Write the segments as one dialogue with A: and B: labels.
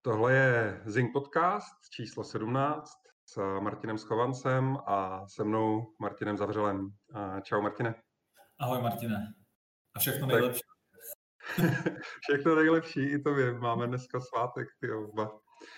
A: Tohle je Zing Podcast číslo 17 s Martinem Schovancem a se mnou Martinem Zavřelem. Čau Martine.
B: Ahoj Martine. A všechno nejlepší.
A: Všechno nejlepší i tobě. Máme dneska svátek, ty oba.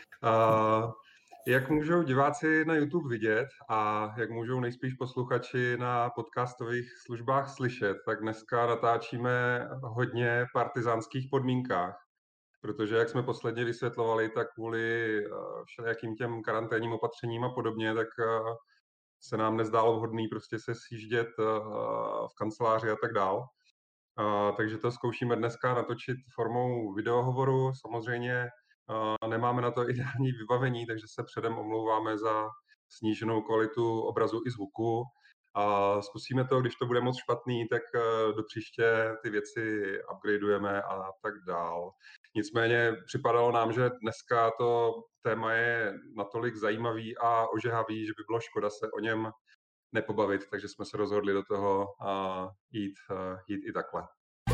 A: Jak můžou diváci na YouTube vidět a jak můžou nejspíš posluchači na podcastových službách slyšet, tak dneska natáčíme hodně partizánských podmínkách. Protože, jak jsme posledně vysvětlovali, tak kvůli všelijakým těm karanténním opatřením a podobně, tak se nám nezdálo vhodný prostě se sjíždět v kanceláři a tak dál. Takže to zkoušíme dneska natočit formou videohovoru. Samozřejmě nemáme na to ideální vybavení, takže se předem omlouváme za sníženou kvalitu obrazu i zvuku. A zkusíme to, když to bude moc špatný, tak do příště ty věci upgradeujeme a tak dál. Nicméně připadalo nám, že dneska to téma je natolik zajímavý a ožehavý, že by bylo škoda se o něm nepobavit, takže jsme se rozhodli do toho jít i takhle.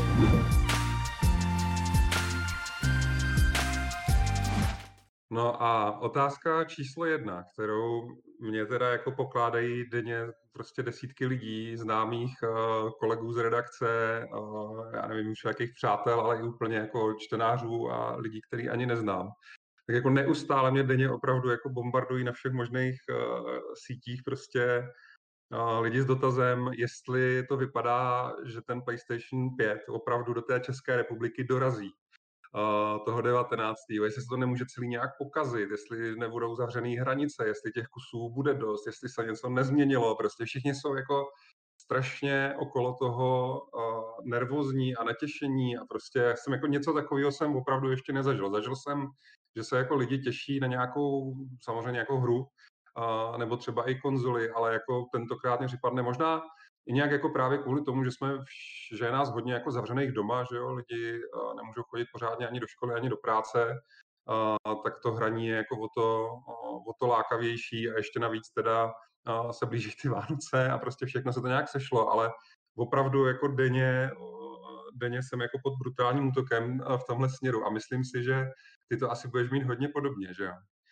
A: No a otázka číslo 1, kterou mě teda jako pokládají denně prostě desítky lidí, známých kolegů z redakce, já nevím už jakých přátel, ale i úplně jako čtenářů a lidí, který ani neznám. Tak jako neustále mě denně opravdu jako bombardují na všech možných sítích prostě lidi s dotazem, jestli to vypadá, že ten PlayStation 5 opravdu do té České republiky dorazí toho 19. Jestli se to nemůže celý nějak pokazit, jestli nebudou zavřený hranice, jestli těch kusů bude dost, jestli se něco nezměnilo. Prostě všichni jsou jako strašně okolo toho nervózní a natěšení a prostě jsem jako něco takového jsem opravdu ještě nezažil. Zažil jsem, že se jako lidi těší na nějakou, samozřejmě nějakou hru, nebo třeba i konzoli, ale jako tentokrát mě připadne možná i nějak jako právě kvůli tomu, že je nás hodně jako zavřených doma, že jo, lidi nemůžou chodit pořádně ani do školy, ani do práce, tak to hraní je jako o to lákavější a ještě navíc teda se blíží ty Vánoce a prostě všechno se to nějak sešlo, ale opravdu jako denně jsem jako pod brutálním útokem v tomhle směru a myslím si, že ty to asi budeš mít hodně podobně, že jo?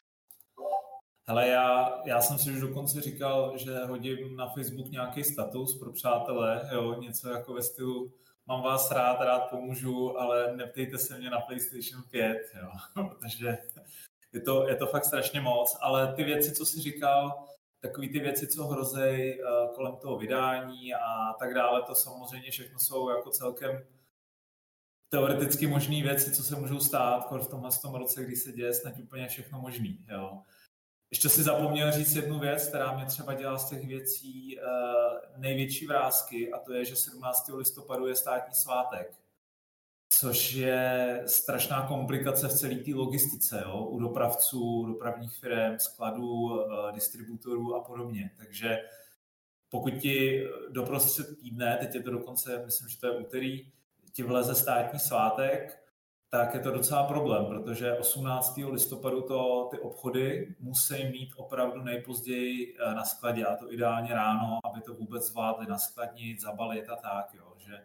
B: Hele, já jsem si už dokonce říkal, že hodím na Facebook nějaký status pro přátelé, jo, něco jako ve stylu mám vás rád pomůžu, ale neptejte se mě na PlayStation 5, jo, protože je to fakt strašně moc, ale ty věci, co jsi říkal, takový ty věci, co hrozej kolem toho vydání a tak dále, to samozřejmě všechno jsou jako celkem teoreticky možné věci, co se můžou stát v tomhle roce, kdy se děje snad úplně všechno možný, jo. Ještě si zapomněl říct jednu věc, která mě třeba dělá z těch věcí největší vrásky, a to je, že 17. listopadu je státní svátek, což je strašná komplikace v celé té logistice, jo? U dopravců, dopravních firem, skladů, distributorů a podobně. Takže pokud ti doprostřed týdne, teď je to dokonce, myslím, že to je úterý, ti vleze státní svátek, tak je to docela problém, protože 18. listopadu ty obchody musí mít opravdu nejpozději na skladě, a to ideálně ráno, aby to vůbec zvládli naskladnit, zabalit a tak, jo, že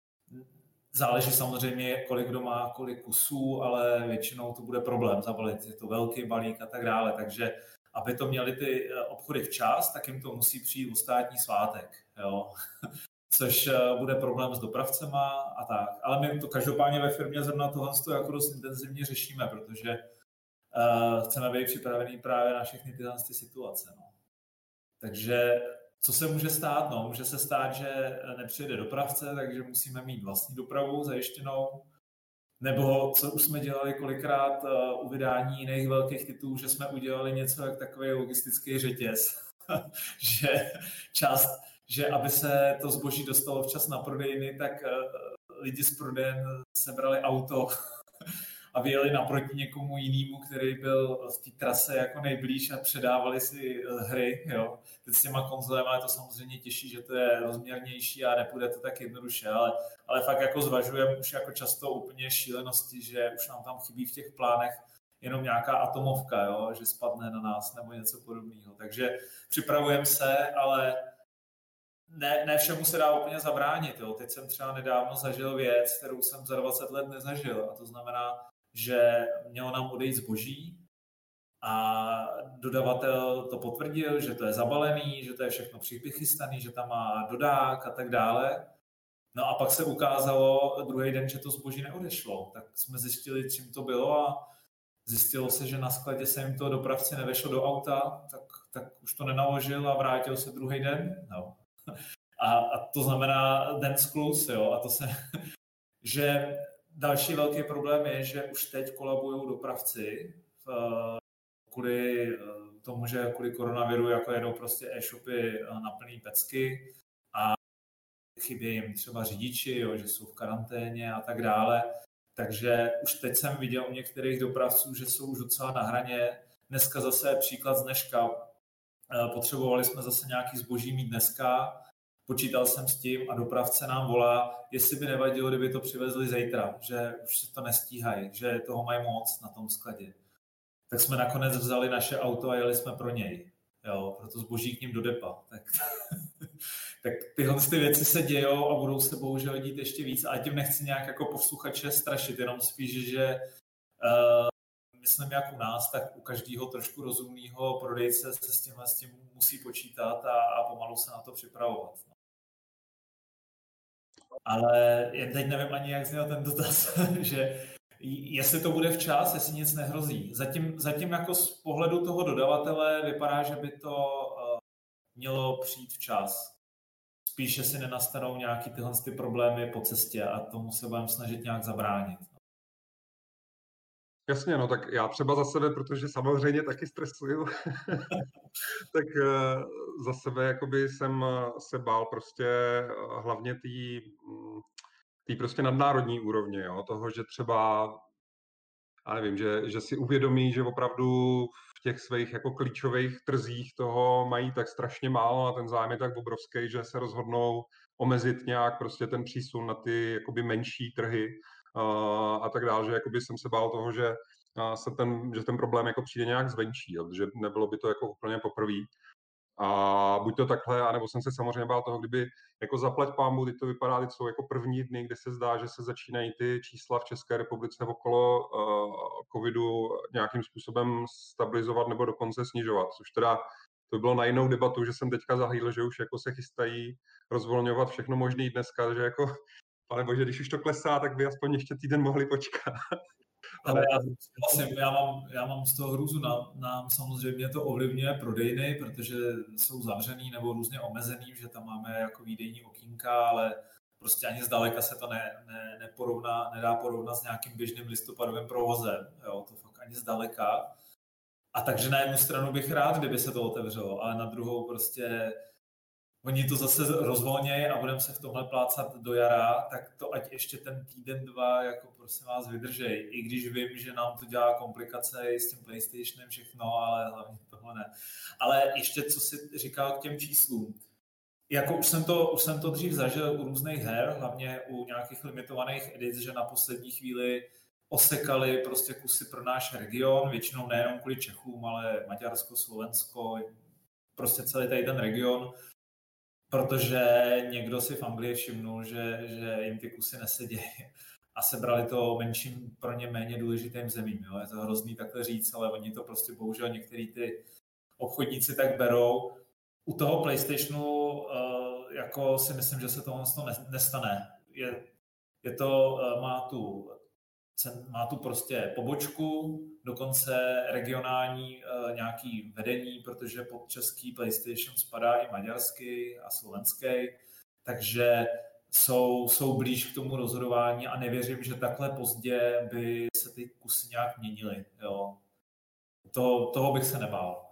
B: záleží samozřejmě, kolik kdo má, kolik kusů, ale většinou to bude problém zabalit, je to velký balík a tak dále, takže aby to měli ty obchody včas, tak jim to musí přijít o státní svátek, jo. Což bude problém s dopravcema a tak. Ale my to každopádně ve firmě zrovna tohle jako dost intenzivně řešíme, protože chceme být připravený právě na všechny tyhle situace. No. Takže co se může stát? No, může se stát, že nepřijede dopravce, takže musíme mít vlastní dopravu zajištěnou. Nebo co už jsme dělali kolikrát u vydání jiných velkých titulů, že jsme udělali něco jak takový logistický řetěz. že aby se to zboží dostalo včas na prodejny, tak lidi z prodejen sebrali auto a vyjeli naproti někomu jinému, který byl v té trase jako nejblíž a předávali si hry. Jo. Teď s těma konzolema je to samozřejmě těžší, že to je rozměrnější a nepůjde to tak jednoduše, ale fakt jako zvažujeme už jako často úplně šílenosti, že už nám tam chybí v těch plánech jenom nějaká atomovka, jo, že spadne na nás nebo něco podobného. Takže připravujeme se, ale ne všemu se dá úplně zabránit. Jo. Teď jsem třeba nedávno zažil věc, kterou jsem za 20 let nezažil. A to znamená, že mělo nám odejít zboží a dodavatel to potvrdil, že to je zabalený, že to je všechno přichystaný, že tam má dodák a tak dále. No a pak se ukázalo druhý den, že to zboží neodešlo. Tak jsme zjistili, čím to bylo a zjistilo se, že na skladě se jim to dopravci nevešlo do auta, tak už to nenaložil a vrátil se druhý den. No. A to znamená den sklus, jo. A to se, že další velký problém je, že už teď kolabují dopravci kvůli tomu, že kvůli koronaviru jako jedou prostě e-shopy na plný pecky a chybí jim třeba řidiči, jo, že jsou v karanténě a tak dále. Takže už teď jsem viděl u některých dopravců, že jsou už docela na hraně. Dneska zase příklad z dneška. Potřebovali jsme zase nějaký zboží mít dneska. Počítal jsem s tím a dopravce nám volá, jestli by nevadilo, kdyby to přivezli zítra, že už se to nestíhají, že toho mají moc na tom skladě. Tak jsme nakonec vzali naše auto a jeli jsme pro něj. Jo, proto zboží k ním do depa. Tak tyhle ty věci se dějou a budou se bohužel dít ještě víc. A tím nechci nějak jako posluchače strašit, jenom spíš, že myslím jak u nás, tak u každého trošku rozumného prodejce se s tím musí počítat a pomalu se na to připravovat. Ale teď nevím ani, jak zněl ten dotaz, že jestli to bude včas, jestli nic nehrozí. Zatím jako z pohledu toho dodavatele vypadá, že by to mělo přijít včas. Spíše si nenastanou nějaký tyhle problémy po cestě a tomu se budeme snažit nějak zabránit.
A: Jasně, no tak já třeba za sebe, protože samozřejmě taky stresuju, tak za sebe jakoby jsem se bál prostě hlavně tý prostě nadnárodní úrovně, jo? Toho, že třeba, já nevím, že si uvědomí, že opravdu v těch svých jako klíčových trzích toho mají tak strašně málo a ten zájem je tak obrovský, že se rozhodnou omezit nějak prostě ten přísun na ty jakoby menší trhy a tak dále, že jakoby jsem se bál toho, že ten problém jako přijde nějak zvenčí, jo? Že nebylo by to jako úplně poprvé. A buď to takhle, anebo jsem se samozřejmě bál toho, kdyby jako zaplať pánbůh, teď to vypadá, teď jsou jako první dny, kde se zdá, že se začínají ty čísla v České republice okolo covidu nějakým způsobem stabilizovat nebo dokonce snižovat, což teda to bylo na jinou debatu, že jsem teďka zahlídl, že už jako se chystají rozvolňovat všechno možný dneska, že jako, panebože, když už to klesá, tak by aspoň ještě týden mohli počkat.
B: Ale já mám z toho hrůzu. Nám samozřejmě to ovlivňuje prodejny, protože jsou zavřený nebo různě omezený, že tam máme jako výdejní okýnka, ale prostě ani zdaleka se to nedá porovnat s nějakým běžným listopadovým provozem. Jo, to fakt ani zdaleka. A takže na jednu stranu bych rád, kdyby se to otevřelo, ale na druhou prostě oni to zase rozvolnějí a budeme se v tomhle plácat do jara, tak to ať ještě ten týden, dva, jako prosím vás vydržej. I když vím, že nám to dělá komplikace s tím PlayStationem všechno, ale hlavně toho ne. Ale ještě, co jsi říkal k těm číslům. Jako už jsem to dřív zažil u různých her, hlavně u nějakých limitovaných edic, že na poslední chvíli osekali prostě kusy pro náš region, většinou nejenom kvůli Čechům, ale Maďarsko, Slovensko, prostě celý tady ten region, protože někdo si v Anglii všimnul, že jim ty kusy nesedějí a sebrali to menším, pro ně méně důležitým zemím. Jo. Je to hrozný takhle říct, ale oni to prostě bohužel některý ty obchodníci tak berou. U toho PlayStationu jako si myslím, že se tohle nestane. Má tu prostě pobočku, dokonce regionální nějaký vedení, protože pod český PlayStation spadá i maďarský a slovenský, takže jsou blíž k tomu rozhodování a nevěřím, že takhle pozdě by se ty kusy nějak měnily. Jo. Toho bych se nebál.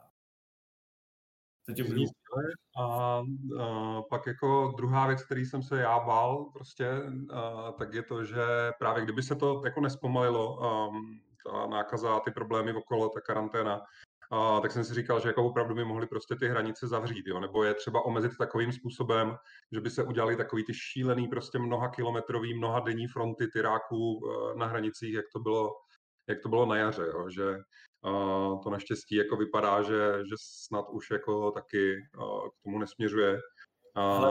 A: A pak jako druhá věc, který jsem se já bál prostě, tak je to, že právě kdyby se to jako nespomalilo, ta nákaza, ty problémy okolo, ta karanténa, tak jsem si říkal, že jako opravdu by mohly prostě ty hranice zavřít, jo? Nebo je třeba omezit takovým způsobem, že by se udělali takový ty šílený prostě mnohakilometrový, mnohadenní fronty tyráků na hranicích, jak to bylo na jaře, jo? Že to naštěstí jako vypadá, že snad už jako taky k tomu nesměřuje.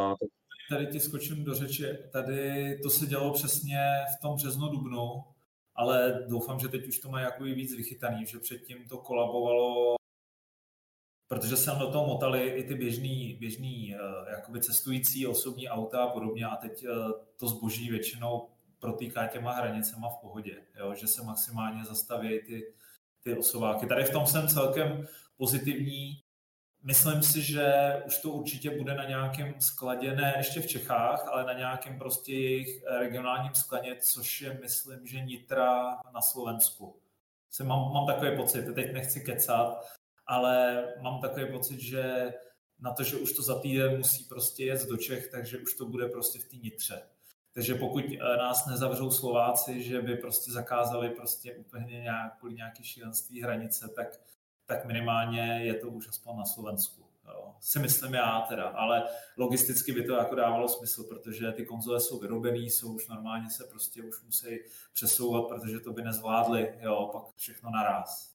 B: Tady ti skočím do řeči. Tady to se dělo přesně v tom březnu, dubnu ale doufám, že teď už to má jakoby víc vychytaný, že předtím to kolabovalo, protože se do toho motali i ty běžný jakoby cestující osobní auta a podobně a teď to zboží většinou protýká těma hranicema v pohodě, jo? Že se maximálně zastaví ty osobáky. Tady v tom jsem celkem pozitivní. Myslím si, že už to určitě bude na nějakém skladě, ne ještě v Čechách, ale na nějakém prostě jejich regionálním skladě, což je, myslím, že Nitra na Slovensku. Mám takový pocit, teď nechci kecat, ale mám takový pocit, že na to, že už to za týden musí prostě jet do Čech, takže už to bude prostě v té Nitře. Takže pokud nás nezavřou Slováci, že by prostě zakázali prostě úplně kvůli nějaký šílenství hranice, tak minimálně je to už aspoň na Slovensku. Jo. Si myslím já teda, ale logisticky by to jako dávalo smysl, protože ty konzole jsou vyrobený, jsou už normálně se prostě už musí přesouvat, protože to by nezvládli, jo, pak všechno naráz.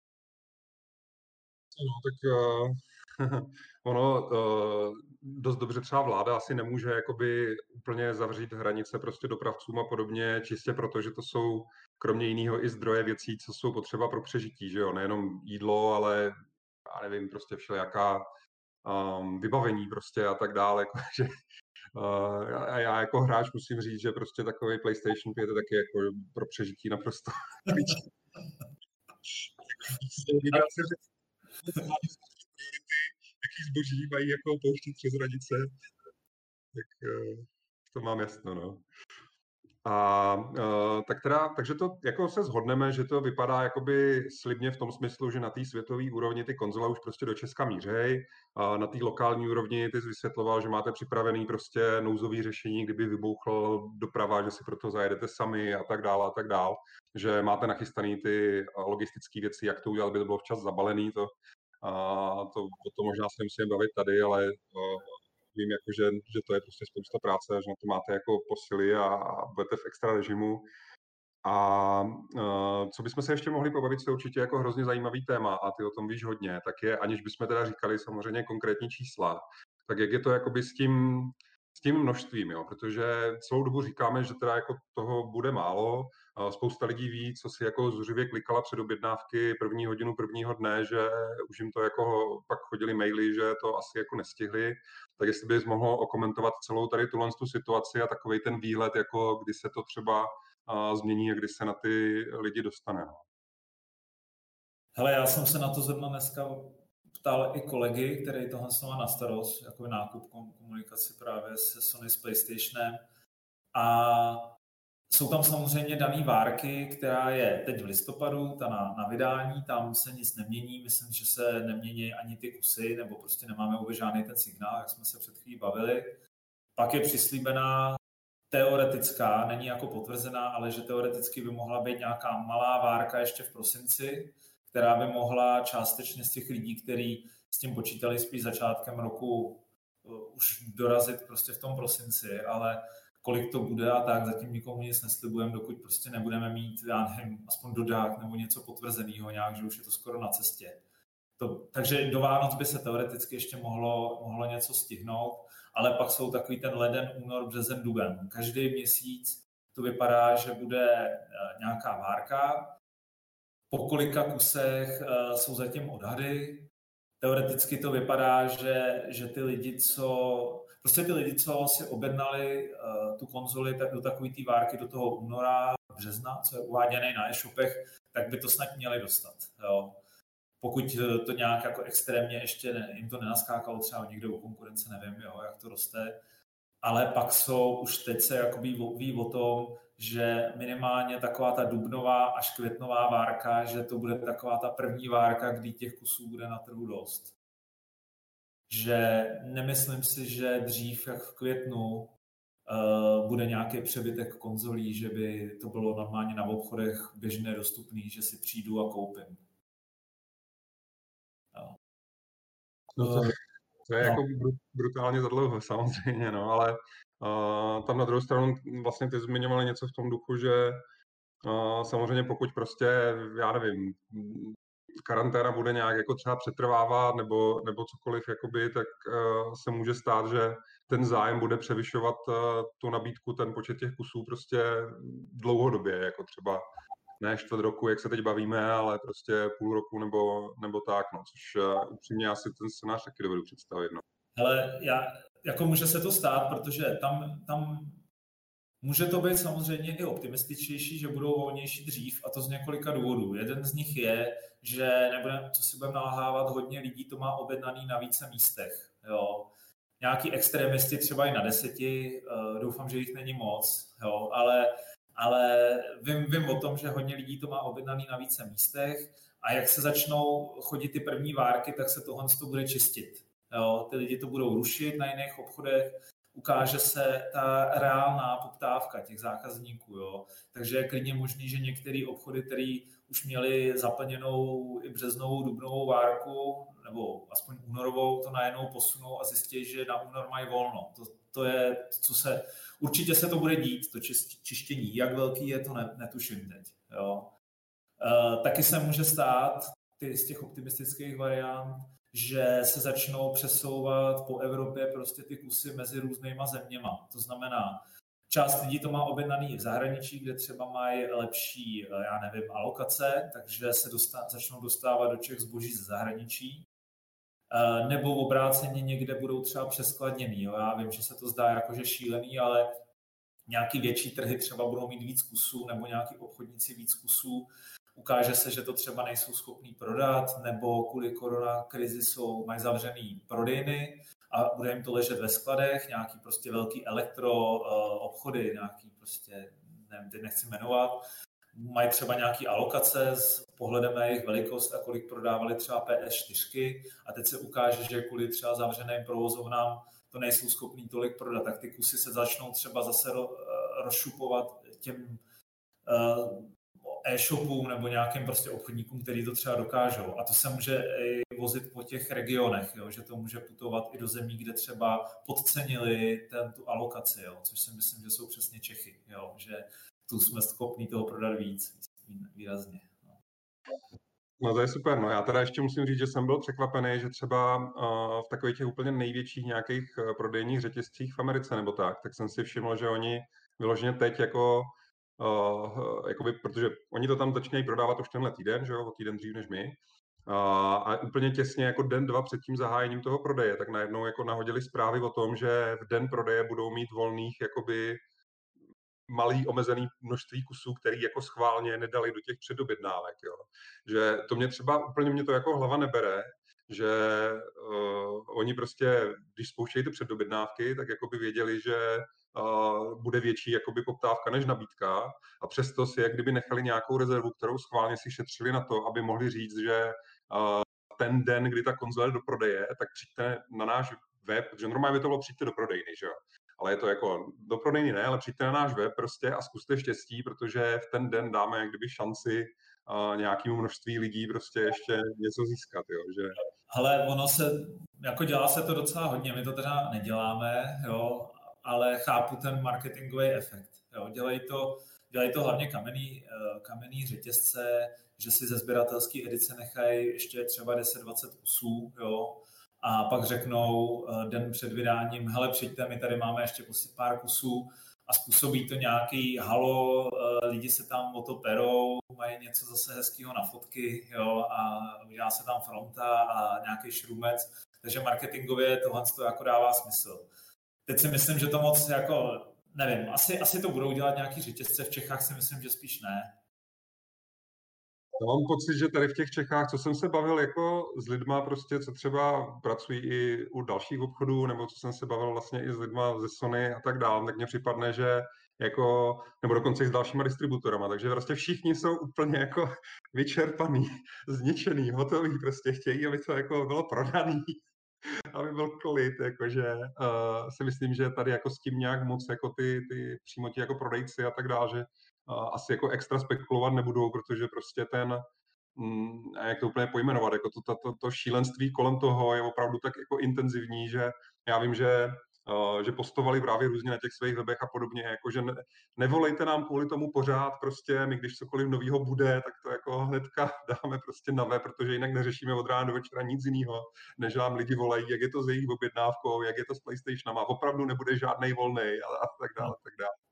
A: No, tak ono dost dobře třeba vláda asi nemůže jakoby úplně zavřít hranice prostě dopravcům a podobně, čistě proto, že to jsou kromě jiného i zdroje věcí, co jsou potřeba pro přežití, že jo, nejenom jídlo, ale já nevím, prostě všelijaká vybavení prostě a tak dále, jako, že a já jako hráč musím říct, že prostě takový PlayStation 5 je taky jako pro přežití naprosto klíčový. Jaký zboží mají jako pouštět přes hranice, tak to mám jasno, no. Takže to jako se shodneme, že to vypadá jakoby slibně v tom smyslu, že na té světové úrovni ty konzole už prostě do Česka mířej. Na té lokální úrovni ty jsi vysvětloval, že máte připravený prostě nouzový řešení, kdyby vybuchla doprava, že si proto zajedete sami a tak dál, že máte nachystaný ty logistické věci, jak to udělat, aby to bylo včas zabalený, o to možná se nemusíme bavit tady, ale vím, jako, že to je prostě spousta práce, že na to máte jako posily a budete v extra režimu. A co bychom se ještě mohli pobavit, co je určitě jako hrozně zajímavý téma a ty o tom víš hodně, tak je, aniž bychom teda říkali samozřejmě konkrétní čísla, tak jak je to jakoby s tím množstvím, jo? Protože celou dobu říkáme, že teda jako toho bude málo. Spousta lidí ví, co si jako zuřivě klikala před objednávky první hodinu prvního dne, že už jim to jako pak chodili maily, že to asi jako nestihli. Tak jestli bys mohl okomentovat celou tady tu situaci a takovej ten výhled, jako kdy se to třeba změní a kdy se na ty lidi dostane. No.
B: Hele, já jsem se na to zrovna dneska ptal i kolegy, který tohle má na starost, jako nákup komunikaci právě se Sony s PlayStationem. A jsou tam samozřejmě daný várky, která je teď v listopadu, ta na vydání, tam se nic nemění, myslím, že se nemění ani ty kusy, nebo prostě nemáme vůbec žádný ten signál, jak jsme se před chvílí bavili. Pak je přislíbená teoretická, není jako potvrzená, ale že teoreticky by mohla být nějaká malá várka ještě v prosinci, která by mohla částečně z těch lidí, kteří s tím počítali spíš začátkem roku, už dorazit prostě v tom prosinci, ale kolik to bude a tak, zatím nikomu nic neslibujeme, dokud prostě nebudeme mít, já nevím, aspoň dodák nebo něco potvrzeného nějak, že už je to skoro na cestě. Takže do Vánoc by se teoreticky ještě mohlo něco stihnout, ale pak jsou takový ten leden, únor, březen, duben. Každý měsíc to vypadá, že bude nějaká várka. Po kolika kusech jsou zatím odhady. Teoreticky to vypadá, že ty lidi, co si objednali tu konzoli do takové té várky do toho února, března, co je uváděné na e-shopech, tak by to snad měli dostat. Jo. Pokud to nějak jako extrémně ještě jim to nenaskákalo třeba někde u konkurence, nevím, jo, jak to roste. Ale pak už teď se jakoby ví o tom, že minimálně taková ta dubnová až květnová várka, že to bude taková ta první várka, kdy těch kusů bude na trhu dost. Že nemyslím si, že dřív, jak v květnu, bude nějaký přebytek konzolí, že by to bylo normálně na obchodech běžně dostupný, že si přijdu a koupím.
A: No to je jako brutálně zadlouho, samozřejmě, no, ale tam na druhou stranu vlastně ty zmiňovali něco v tom duchu, že samozřejmě pokud prostě, já nevím, karanténa bude nějak jako třeba přetrvávat nebo cokoliv, jakoby, tak se může stát, že ten zájem bude převyšovat tu nabídku, ten počet těch kusů prostě dlouhodobě, jako třeba ne čtvrt roku, jak se teď bavíme, ale prostě půl roku nebo tak, no, což upřímně asi ten scénář taky dovedu představit, no.
B: Ale jako může se to stát, protože tam může to být samozřejmě i optimističtější, že budou volnější dřív, a to z několika důvodů. Jeden z nich je, že co si budeme nalhávat, hodně lidí to má objednaný na více místech. Jo. Nějaký extrémisti třeba i na 10, doufám, že jich není moc, jo, ale vím o tom, že hodně lidí to má objednaný na více místech a jak se začnou chodit ty první várky, tak se tohle bude čistit. Jo. Ty lidi to budou rušit na jiných obchodech, ukáže se ta reálná poptávka těch zákazníků. Jo. Takže je klidně možný, že některé obchody, které už měli zaplněnou i březnovou, dubnovou várku, nebo aspoň únorovou, to najednou posunou a zjistí, že na únor mají volno. To je, co se... Určitě se to bude dít, to čištění. Jak velký je, to netuším teď. Jo. Taky se může stát, z těch optimistických variant, že se začnou přesouvat po Evropě prostě ty kusy mezi různýma zeměma. To znamená, část lidí to má objednaný v zahraničí, kde třeba mají lepší, já nevím, alokace, takže se začnou dostávat do Čech zboží ze zahraničí. Nebo obráceně někde budou třeba přeskladněný. Jo. Já vím, že se to zdá jakože šílený, ale nějaký větší trhy třeba budou mít víc kusů, nebo nějaký obchodníci víc kusů. Ukáže se, že to třeba nejsou schopní prodat, nebo kvůli koronakrizi mají zavřený prodejny a bude jim to ležet ve skladech, nějaký prostě velký obchody, nějaký prostě, nevím, teď nechci jmenovat, mají třeba nějaký alokace s pohledem na jejich velikost a kolik prodávali třeba PS4 a teď se ukáže, že kvůli třeba zavřeným provozovnám to nejsou schopní tolik prodat, tak ty kusy se začnou třeba zase rozšupovat těm e-shopům nebo nějakým prostě obchodníkům, který to třeba dokážou. A to se může i vozit po těch regionech, jo? Že to může putovat i do zemí, kde třeba podcenili tu alokaci, jo? Což si myslím, že jsou přesně Čechy, jo? Že tu jsme schopní toho prodat víc výrazně.
A: No to je super, no já teda ještě musím říct, že jsem byl překvapený, že třeba v takových těch úplně největších nějakých prodejních řetězcích v Americe nebo tak jsem si všiml, že oni vyloženě teď jakoby, protože oni to tam začínají prodávat už tenhle týden, že jo, o týden dřív než my, a úplně těsně jako den, dva před tím zahájením toho prodeje, tak najednou jako nahodili zprávy o tom, že v den prodeje budou mít volných jakoby malý omezený množství kusů, který jako schválně nedali do těch předobjednávek, jo. Že to mě to jako hlava nebere, že oni prostě, když spouštějí ty předobjednávky, tak jako by věděli, že bude větší jakoby poptávka než nabídka a přesto si jak kdyby nechali nějakou rezervu, kterou schválně si šetřili na to, aby mohli říct, že ten den, kdy ta konzole je do prodeje, tak přijďte na náš web, protože normálně by to bylo přijďte do prodejny, že jo. Ale je to jako do prodejny ne, ale přijďte na náš web prostě a zkuste štěstí, protože v ten den dáme jak kdyby šanci nějakému množství lidí prostě ještě něco získat, jo, že...
B: Ale jako dělá se to docela hodně, my to teda neděláme, jo, ale chápu ten marketingový efekt, jo, dělají to hlavně kamenný řetězce, že si ze sběratelské edice nechají ještě třeba 10-20 kusů, jo, a pak řeknou den před vydáním, hele, přijďte, my tady máme ještě pár kusů a způsobí to nějaký halo, lidi se tam o to perou, mají něco zase hezkého na fotky, jo, a udělá se tam fronta a nějaký šrumec, takže marketingově tohle to jako dává smysl. Teď si myslím, že to moc jako, nevím, asi to budou dělat nějaký řetězce, v Čechách si myslím, že spíš ne.
A: Já mám pocit, že tady v těch Čechách, co jsem se bavil jako s lidma prostě, co třeba pracují i u dalších obchodů, nebo co jsem se bavil vlastně i s lidma ze Sony a tak dále, tak mně připadne, že jako, nebo dokonce i s dalšíma distributorama, takže prostě všichni jsou úplně jako vyčerpaný, zničený, hotový, prostě chtějí, aby to jako bylo prodaný, aby byl klid, jakože si myslím, že tady jako s tím nějak moc jako ty přímo ti jako prodejci a tak dále, že asi jako extra spekulovat nebudou, protože prostě jak to úplně pojmenovat, jako to šílenství kolem toho je opravdu tak jako intenzivní, že já vím, že postovali právě různě na těch svých webech a podobně, jako že nevolejte nám kvůli tomu pořád, prostě my když cokoliv novýho bude, tak to jako hnedka dáme prostě na web, protože jinak neřešíme od rána do večera nic jiného, než nám lidi volají, jak je to s jejich objednávkou, jak je to s PlayStationama, opravdu nebude žádnej volnej a tak dále, tak dále.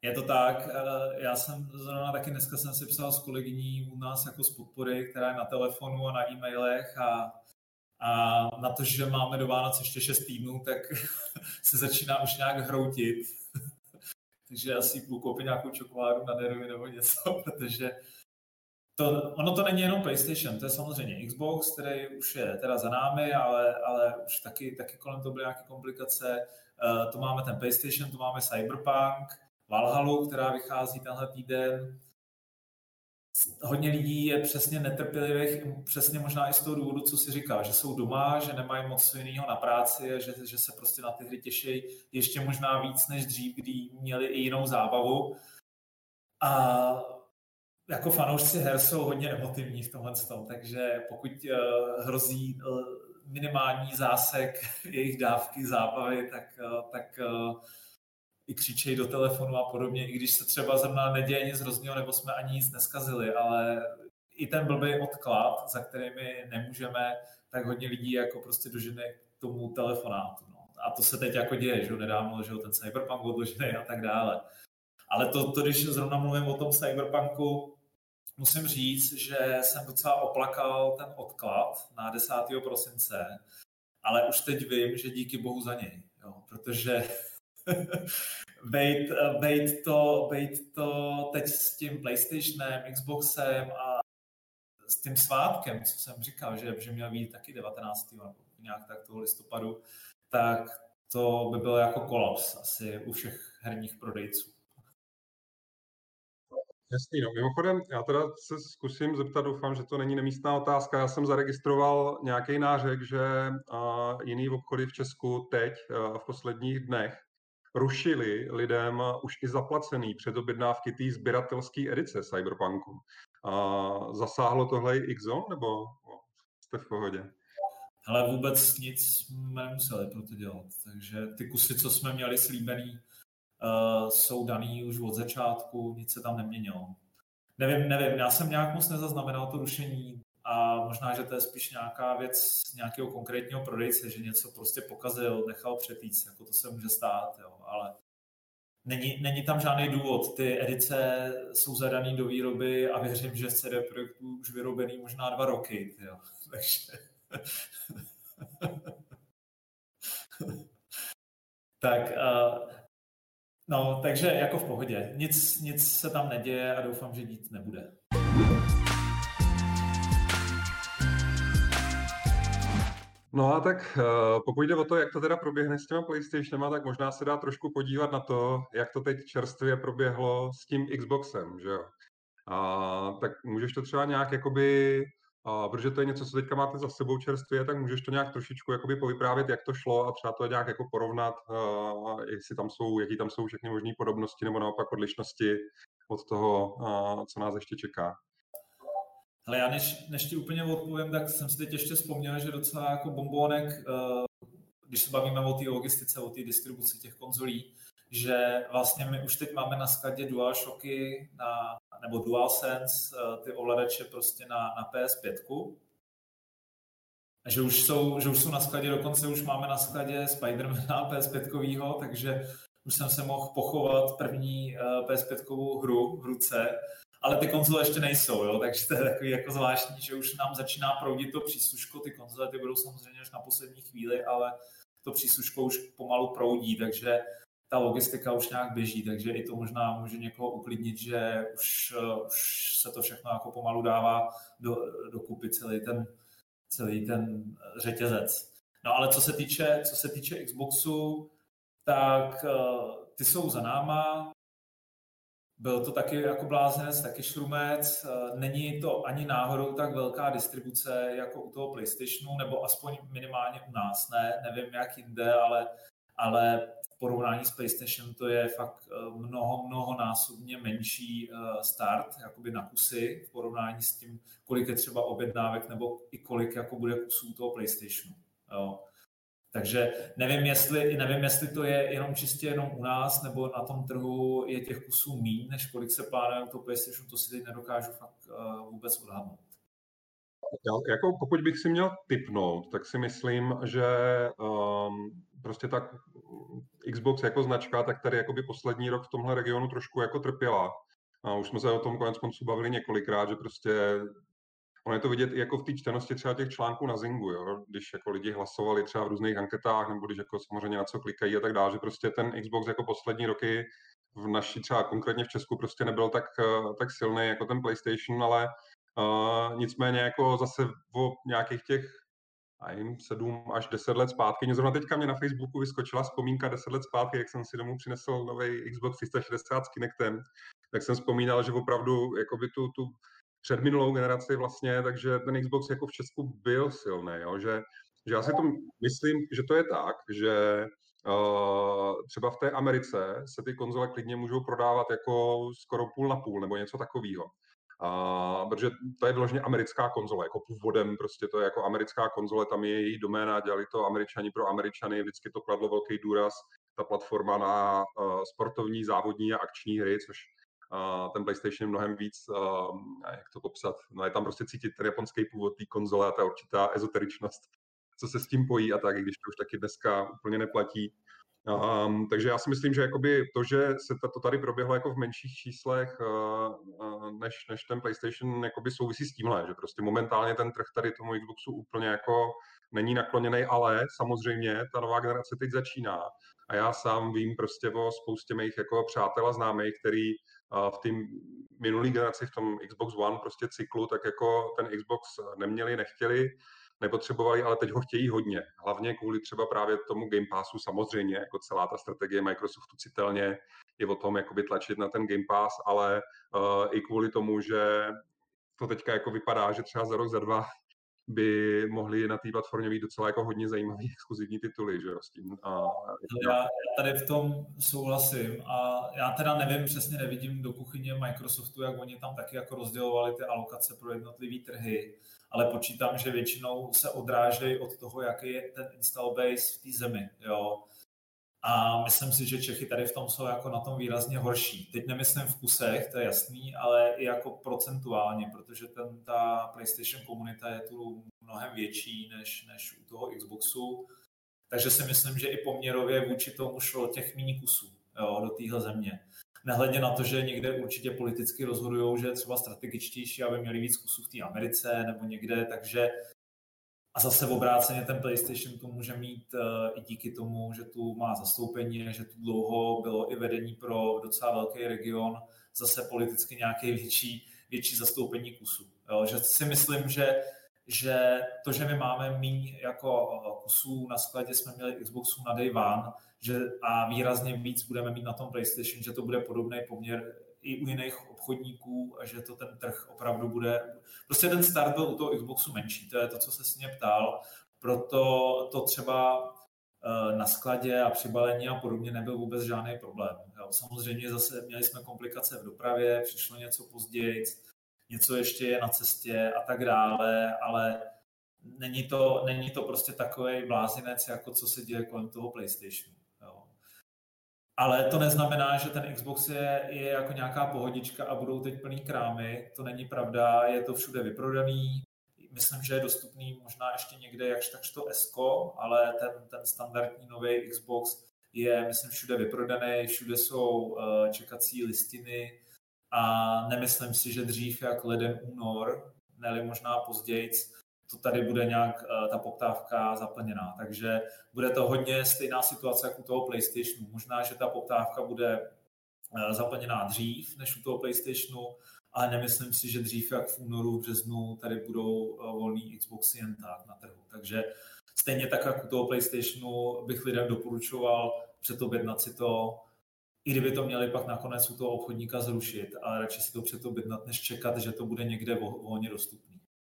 B: Je to tak, já jsem zrovna taky dneska jsem si psal s kolegyní u nás jako z podpory, která je na telefonu a na e-mailech a na to, že máme do Vánoc ještě 6 týdnů, tak se začíná už nějak hroutit. Takže asi půjdu koupit nějakou čokoládu na Nerovi nebo něco, protože ono to není jenom PlayStation, to je samozřejmě Xbox, který už je teda za námi, ale už taky kolem toho byly nějaké komplikace. To máme ten PlayStation, to máme Cyberpunk, Valhallu, která vychází tenhle týden. Hodně lidí je přesně netrpělivých, přesně možná i z toho důvodu, co si říká, že jsou doma, že nemají moc jiného na práci a že se prostě na ty hry těší ještě možná víc než dřív, kdy měli i jinou zábavu. A jako fanoušci her jsou hodně emotivní v tomhle tom, takže pokud hrozí minimální zásek jejich dávky zábavy, tak i křičejí do telefonu a podobně, i když se třeba zrovna neděje nic hroznýho, nebo jsme ani nic neskazili, ale i ten blbý odklad, za kterými nemůžeme, tak hodně lidí jako prostě dožene k tomu telefonátu. No. A to se teď jako děje, že nedávno, že ten Cyberpunk odložený a tak dále. Ale to, když zrovna mluvím o tom Cyberpunku, musím říct, že jsem docela oplakal ten odklad na 10. prosince, ale už teď vím, že díky bohu za něj, jo, protože bejt to teď s tím PlayStationem, Xboxem a s tím svátkem, co jsem říkal, že měl být taky 19. nebo nějak tak toho listopadu, tak to by bylo jako kolaps asi u všech herních prodejců.
A: Jasný, no. Mimochodem, já teda se zkusím zeptat, doufám, že to není nemístná otázka. Já jsem zaregistroval nějaký nářek, že jiný obchody v Česku teď v posledních dnech rušili lidem už i zaplacený předobjednávky té sběratelské edice Cyberpunku. Zasáhlo tohle i X-Zone, nebo jste v pohodě?
B: Hele, vůbec nic jsme nemuseli pro to dělat, takže ty kusy, co jsme měli slíbený, jsou daný už od začátku, nic se tam neměnilo. Nevím, já jsem nějak moc nezaznamenal to rušení a možná, že to je spíš nějaká věc nějakého konkrétního prodejce, že něco prostě pokazil, nechal přetýct, jako to se může stát, jo, ale není tam žádný důvod. Ty edice jsou zadaný do výroby a věřím, že v CD Projektu už vyrobený možná 2 roky, jo, takže... tak... No, takže jako v pohodě. Nic se tam neděje a doufám, že dít nebude.
A: No a tak pokud jde o to, jak to teda proběhne s těma PlayStationama, tak možná se dá trošku podívat na to, jak to teď čerstvě proběhlo s tím Xboxem, že jo. Tak můžeš to třeba nějak jakoby, protože to je něco, co teďka máte za sebou čerstvě, tak můžeš to nějak trošičku jakoby povyprávět, jak to šlo a třeba to nějak jako porovnat, jaký tam jsou všechny možné podobnosti nebo naopak odlišnosti od toho, co nás ještě čeká.
B: Ale já než ti úplně odpovím, tak jsem si teď ještě vzpomněl, že docela jako bombónek, když se bavíme o té logistice, o té distribuci těch konzolí, že vlastně my už teď máme na skladě DualShocky nebo DualSense, ty ovladače prostě na PS5. A že už jsou na skladě, dokonce už máme na skladě Spider-Mana PS5, takže už jsem se mohl pochovat první PS5 hru v ruce, ale ty konzole ještě nejsou, jo? Takže to je takový jako zvláštní, že už nám začíná proudit to přísluško, ty konzole ty budou samozřejmě až na poslední chvíli, ale to přísluško už pomalu proudí, takže ta logistika už nějak běží, takže i to možná může někoho uklidnit, že už se to všechno jako pomalu dává dokupy celý ten řetězec. No ale co se týče Xboxu, tak ty jsou za náma. Byl to taky jako blázinec, taky šrumec. Není to ani náhodou tak velká distribuce jako u toho PlayStationu, nebo aspoň minimálně u nás. Nevím jak jinde, ale v porovnání s PlayStation to je fakt mnohonásobně menší start jakoby na kusy v porovnání s tím, kolik je třeba objednávek nebo i kolik jako bude kusů toho PlayStationu. Jo. Takže nevím, jestli to je jenom u nás, nebo na tom trhu je těch kusů míň, než kolik se plánuje to PlayStation, to si teď nedokážu fakt vůbec odhadnout.
A: Jako pokud bych si měl tipnout, tak si myslím, že prostě tak Xbox jako značka, tak tady jakoby poslední rok v tomhle regionu trošku jako trpěla. A už jsme se o tom konec konců bavili několikrát, že prostě ono je to vidět i jako v té čtenosti třeba těch článků na Zingu, jo? Když jako lidi hlasovali třeba v různých anketách, nebo když jako samozřejmě na co klikají a tak dále, že prostě ten Xbox jako poslední roky v naší třeba konkrétně v Česku prostě nebyl tak silný jako ten PlayStation, ale nicméně jako zase o nějakých těch 7 až 10 let zpátky. Mě zrovna teďka na Facebooku vyskočila vzpomínka 10 let zpátky, jak jsem si domů přinesl nový Xbox 360 s Kinectem, tak jsem vzpomínal, že opravdu jakoby tu předminulou generaci vlastně, takže ten Xbox jako v Česku byl silný, jo? Že já si to myslím, že to je tak, že třeba v té Americe se ty konzole klidně můžou prodávat jako skoro půl na půl nebo něco takového. Protože to je vyloženě americká konzole, jako původem prostě to je jako americká konzole, tam je její doména, dělali to Američani pro Američany, vždycky to kladlo velký důraz, ta platforma na sportovní, závodní a akční hry, což ten PlayStation je mnohem víc, jak to popsat, no je tam prostě cítit ten japonský původ té konzole a ta určitá ezoteričnost, co se s tím pojí a tak, i když to už taky dneska úplně neplatí. Takže já si myslím, že jakoby to, že se to tady proběhlo jako v menších číslech než ten PlayStation, jakoby souvisí s tímhle, že prostě momentálně ten trh tady tomu Xboxu úplně jako není nakloněný, ale samozřejmě ta nová generace teď začíná. A já sám vím prostě o spoustě mých jako přátel a známých, který v té minulé generaci v tom Xbox One prostě cyklu, tak jako ten Xbox neměli, nechtěli, nepotřebovali, ale teď ho chtějí hodně. Hlavně kvůli třeba právě tomu Game Passu samozřejmě, jako celá ta strategie Microsoftu citelně je o tom jakoby tlačit na ten Game Pass, ale i kvůli tomu, že to teďka jako vypadá, že třeba za rok, za dva by mohli na té platformě být docela jako hodně zajímavý exkluzivní tituly, že jo, s tím.
B: Já tady v tom souhlasím a já teda nevím, přesně nevidím do kuchyně Microsoftu, jak oni tam taky jako rozdělovali ty alokace pro jednotlivé trhy, ale počítám, že většinou se odrážejí od toho, jaký je ten install base v té zemi, jo. A myslím si, že Čechy tady v tom jsou jako na tom výrazně horší. Teď nemyslím v kusech, to je jasný, ale i jako procentuálně, protože ta PlayStation komunita je tu mnohem větší než u toho Xboxu. Takže si myslím, že i poměrově vůči tomu šlo těch méně kusů, jo, do téhle země. Nehledě na to, že někde určitě politicky rozhodujou, že je třeba strategičtější, aby měli víc kusů v té Americe nebo někde, takže a zase v obráceně ten PlayStation tu může mít i díky tomu, že tu má zastoupení, že tu dlouho bylo i vedení pro docela velký region, zase politicky nějaké větší zastoupení kusů. Jo, že si myslím, že to, že my máme míň jako kusů na skladě, jsme měli Xboxu na day one, že a výrazně víc budeme mít na tom PlayStation, že to bude podobný poměr i u jiných obchodníků a že to ten trh opravdu bude... Prostě ten start byl u toho Xboxu menší, to je to, co se s mě ptal, proto to třeba na skladě a při balení a podobně nebyl vůbec žádný problém. Jo, samozřejmě zase měli jsme komplikace v dopravě, přišlo něco později, něco ještě je na cestě a tak dále, ale není to prostě takový blázinec, jako co se děje kolem toho PlayStationu. Jo. Ale to neznamená, že ten Xbox je jako nějaká pohodička a budou teď plný krámy. To není pravda, je to všude vyprodaný. Myslím, že je dostupný možná ještě někde jakž takž to S-ko, ale ten standardní nový Xbox je, myslím, všude vyprodaný, všude jsou čekací listiny a nemyslím si, že dřív jak leden, únor, ne-li možná později, to tady bude nějak ta poptávka zaplněná. Takže bude to hodně stejná situace jako u toho PlayStationu. Možná, že ta poptávka bude zaplněná dřív než u toho PlayStationu, ale nemyslím si, že dřív jak v únoru, v březnu tady budou volný Xboxy jen tak na trhu. Takže stejně tak jako u toho PlayStationu bych lidem doporučoval předobjednat si to, i kdyby to měli pak nakonec u toho obchodníka zrušit, ale radši si to předobjednat, než čekat, že to bude někde volně dostupný.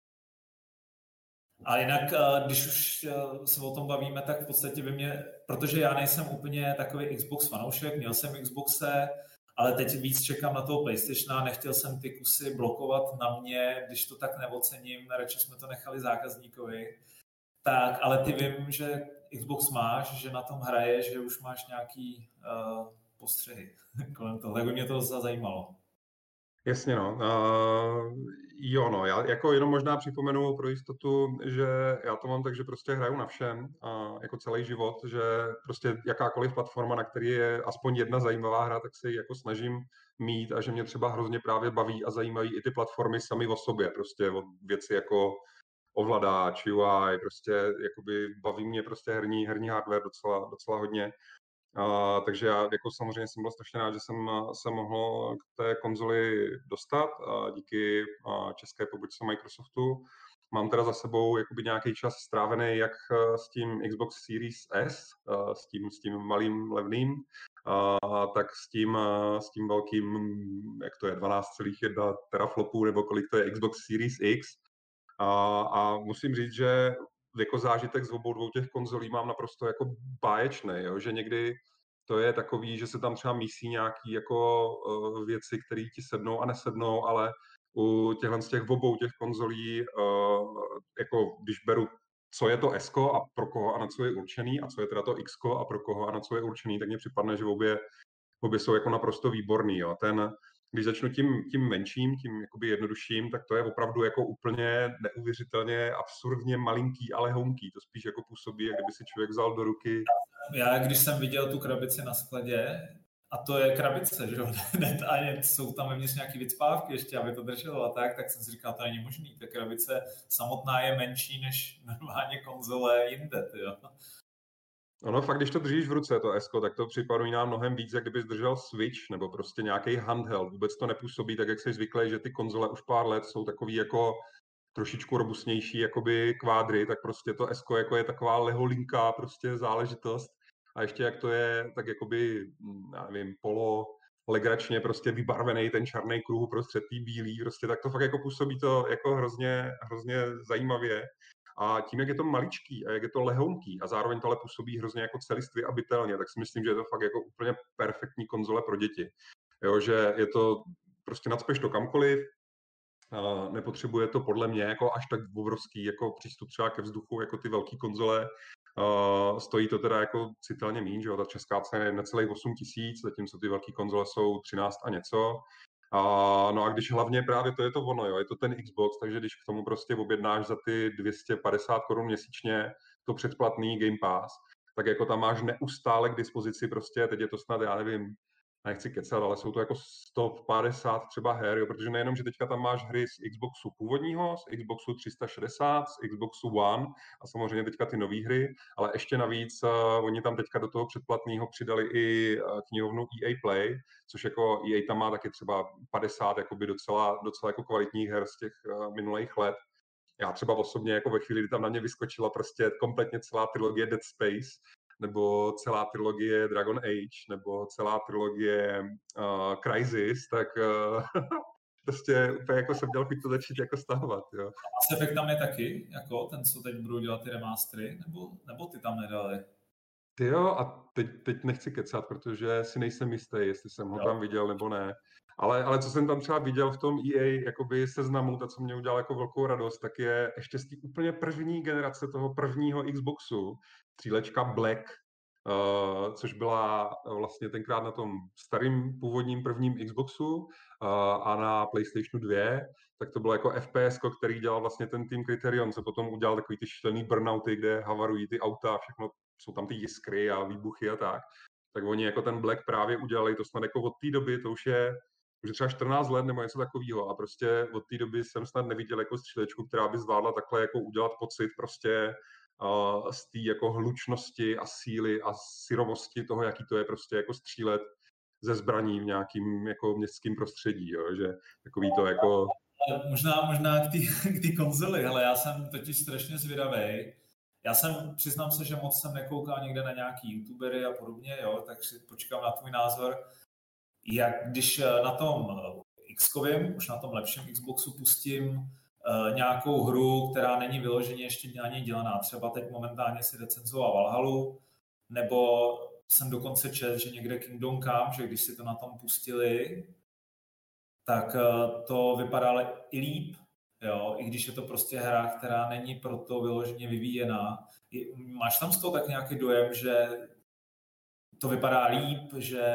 B: A jinak, když už se o tom bavíme, tak v podstatě by mě, protože já nejsem úplně takový Xbox fanoušek, měl jsem Xboxe, ale teď víc čekám na toho PlayStationa, nechtěl jsem ty kusy blokovat na mě, když to tak neocením, radši jsme to nechali zákazníkovi. Tak, ale ty vím, že Xbox máš, že na tom hraješ, že už máš nějaký postřehy kolem toho, tak by mě to zajímalo.
A: Jasně, no. Jo, no, já jako jenom možná připomenu pro jistotu, že já to mám tak, že prostě hraju na všem, jako celý život, že prostě jakákoliv platforma, na který je aspoň jedna zajímavá hra, tak se ji jako snažím mít a že mě třeba hrozně právě baví a zajímají i ty platformy sami o sobě, prostě od věci jako ovladač, UI, prostě jakoby baví mě prostě herní hardware docela hodně. Takže já jako samozřejmě jsem byl strašně rád, že jsem se mohl k té konzoli dostat díky české pobočce Microsoftu. Mám teda za sebou jakoby nějaký čas strávený jak s tím Xbox Series S, s tím malým levným, tak s tím velkým, jak to je, 12,1 teraflopů, nebo kolik to je, Xbox Series X. A musím říct, že jako zážitek z obou dvou těch konzolí mám naprosto jako báječný, jo? Že někdy to je takový, že se tam třeba mísí nějaký jako věci, které ti sednou a nesednou, ale u těchhle z těch obou těch konzolí, jako když beru, co je to S-ko a pro koho a na co je určený, a co je teda to X-ko a pro koho a na co je určený, tak mně připadne, že obě jsou jako naprosto výborný. Jo. Když začnu tím menším, tím jakoby jednodušším, tak to je opravdu jako úplně neuvěřitelně absurdně malinký, ale honký. To spíš jako působí, jak kdyby si člověk vzal do ruky.
B: Já, když jsem viděl tu krabici na skladě, a to je krabice, že jo, a jsou tam vevnitř nějaký vycpávky ještě, aby to drželo a tak jsem si říkal, to není možný. Ta krabice samotná je menší než normálně konzole jinde, jo.
A: Ono fakt, když to držíš v ruce, to S, tak to připomíná mnohem víc, jak kdybys držel Switch nebo prostě nějaký handheld. Vůbec to nepůsobí tak, jak jsi zvyklý, že ty konzole už pár let jsou takový jako trošičku robustnější jakoby kvádry, tak prostě to S jako je taková leholinká prostě záležitost. A ještě jak to je, tak jakoby, já nevím, legračně prostě vybarvený ten černý kruh uprostřed tý bílý, prostě tak to fakt jako působí to jako hrozně zajímavě. A tím, jak je to maličký a jak je to lehounký a zároveň to ale působí hrozně jako celistvě a bytelně, tak si myslím, že je to fakt jako úplně perfektní konzole pro děti. Jo, že je to, prostě nacpeš to kamkoliv, nepotřebuje to podle mě jako až tak obrovský jako přístup třeba ke vzduchu, jako ty velké konzole. Stojí to teda jako citelně míň, že jo, ta česká cena je necelých 8 000, zatímco ty velké konzole jsou 13 a něco. No a když hlavně právě to je to ono, jo, je to ten Xbox, takže když k tomu prostě objednáš za ty 250 korun měsíčně to předplatný Game Pass, tak jako tam máš neustále k dispozici prostě, teď je to snad, já nevím, nechci kecat, ale jsou to jako 150 třeba her, jo, protože nejenom, že teďka tam máš hry z Xboxu původního, z Xboxu 360, z Xboxu One a samozřejmě teďka ty nové hry, ale ještě navíc oni tam teďka do toho předplatného přidali i knihovnu EA Play, což jako EA tam má taky třeba 50 jakoby docela jako kvalitních her z těch minulých let. Já třeba osobně jako ve chvíli, kdy tam na mě vyskočila prostě kompletně celá trilogie Dead Space, nebo celá trilogie Dragon Age, nebo celá trilogie Crysis, tak prostě úplně jako jsem měl chuť to začít jako stahovat, jo.
B: Mass Effect tam je taky, jako ten, co teď budou dělat ty remastery, nebo ty tam nedali?
A: Ty jo, a teď nechci kecat, protože si nejsem jistý, jestli jsem ho tam viděl nebo ne. Ale co jsem tam třeba viděl v tom EA jakoby seznamu, to, co mě udělalo jako velkou radost, tak je ještě z té úplně první generace toho prvního Xboxu, střílečka Black, což byla vlastně tenkrát na tom starým původním prvním Xboxu a na PlayStationu 2, tak to bylo jako FPS, který dělal vlastně ten tým Criterion, co potom udělal takový ty šílený burnouty, kde havarují ty auta a všechno, jsou tam ty jiskry a výbuchy a tak oni jako ten Black právě udělali, to snad jako od té doby, to už je třeba 14 let nebo něco takového a prostě od té doby jsem snad neviděl jako střílečku, která by zvládla takhle jako udělat pocit prostě z té jako hlučnosti a síly a syrovosti toho, jaký to je prostě jako střílet ze zbraní v nějakým jako městském prostředí, jo, že takový to jako...
B: Možná k té konzoli, ale já jsem totiž strašně zvědavý. Přiznám se, že moc jsem nekoukal někde na nějaký youtubery a podobně, jo, tak si počkám na tvůj názor. Jak když na tom X-kovém, už na tom lepším Xboxu pustím nějakou hru, která není vyloženě ještě na něj dělaná. Třeba teď momentálně si recenzoval Valhalu, nebo jsem dokonce četl, že někde Kingdom Come, že když si to na tom pustili, tak to vypadá i líp, jo, i když je to prostě hra, která není proto vyloženě vyvíjená. Máš tam z toho tak nějaký dojem, že to vypadá líp, že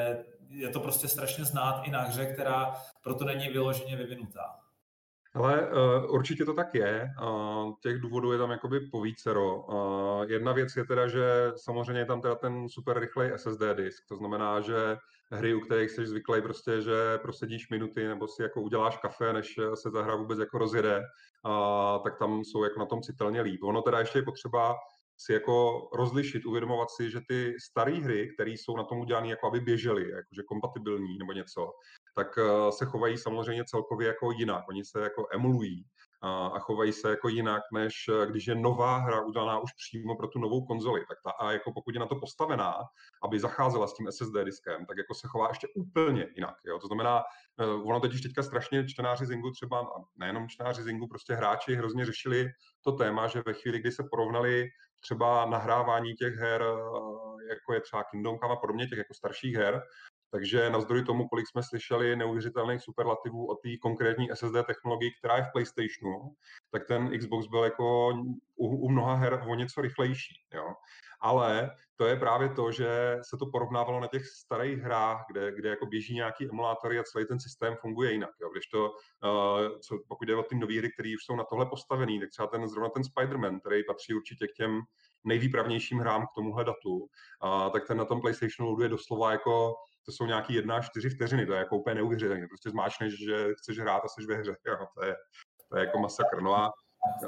B: je to prostě strašně znát i na hře, která proto není vyloženě vyvinutá.
A: Ale určitě to tak je. Těch důvodů je tam jakoby povícero. Jedna věc je teda, že samozřejmě je tam teda ten super rychlej SSD disk. To znamená, že hry, u kterých jsi zvyklý prostě, že prosedíš minuty nebo si jako uděláš kafe, než se ta hra vůbec jako rozjede, tak tam jsou jako na tom citelně líp. Ono teda ještě je potřeba si jako rozlišit, uvědomovat si, že ty staré hry, které jsou na tom udělané, jako aby běžely, jakože kompatibilní nebo něco, tak se chovají samozřejmě celkově jako jinak. Oni se jako emulují a chovají se jako jinak, než když je nová hra udělaná už přímo pro tu novou konzoli. Tak ta a jako pokud je na to postavená, aby zacházela s tím SSD diskem, tak jako se chová ještě úplně jinak. Jo? To znamená, ono totiž teďka strašně čtenáři Zingu třeba, a nejenom čtenáři Zingu, prostě hráči hrozně řešili to téma, že ve chvíli, kdy se porovnali třeba nahrávání těch her, jako je třeba Kingdom Come a podobně, těch jako starších her, takže navzdory tomu, kolik jsme slyšeli neuvěřitelných superlativů o té konkrétní SSD technologii, která je v PlayStationu, tak ten Xbox byl jako u mnoha her o něco rychlejší. Jo? Ale to je právě to, že se to porovnávalo na těch starých hrách, kde jako běží nějaký emulátory a celý ten systém funguje jinak. Jo? Kdežto, pokud jde o ty nové hry, které už jsou na tohle postavený, tak třeba zrovna ten Spider-Man, který patří určitě k těm nejvýpravnějším hrám k tomuhle datu, tak ten na tom PlayStationu loaduje doslova jako to jsou nějaký 1 až 4 vteřiny, to je jako úplně neuvěřitelné. Prostě zmáčkneš, že chceš hrát a jsi ve hře. Jo, to je jako masakr. No a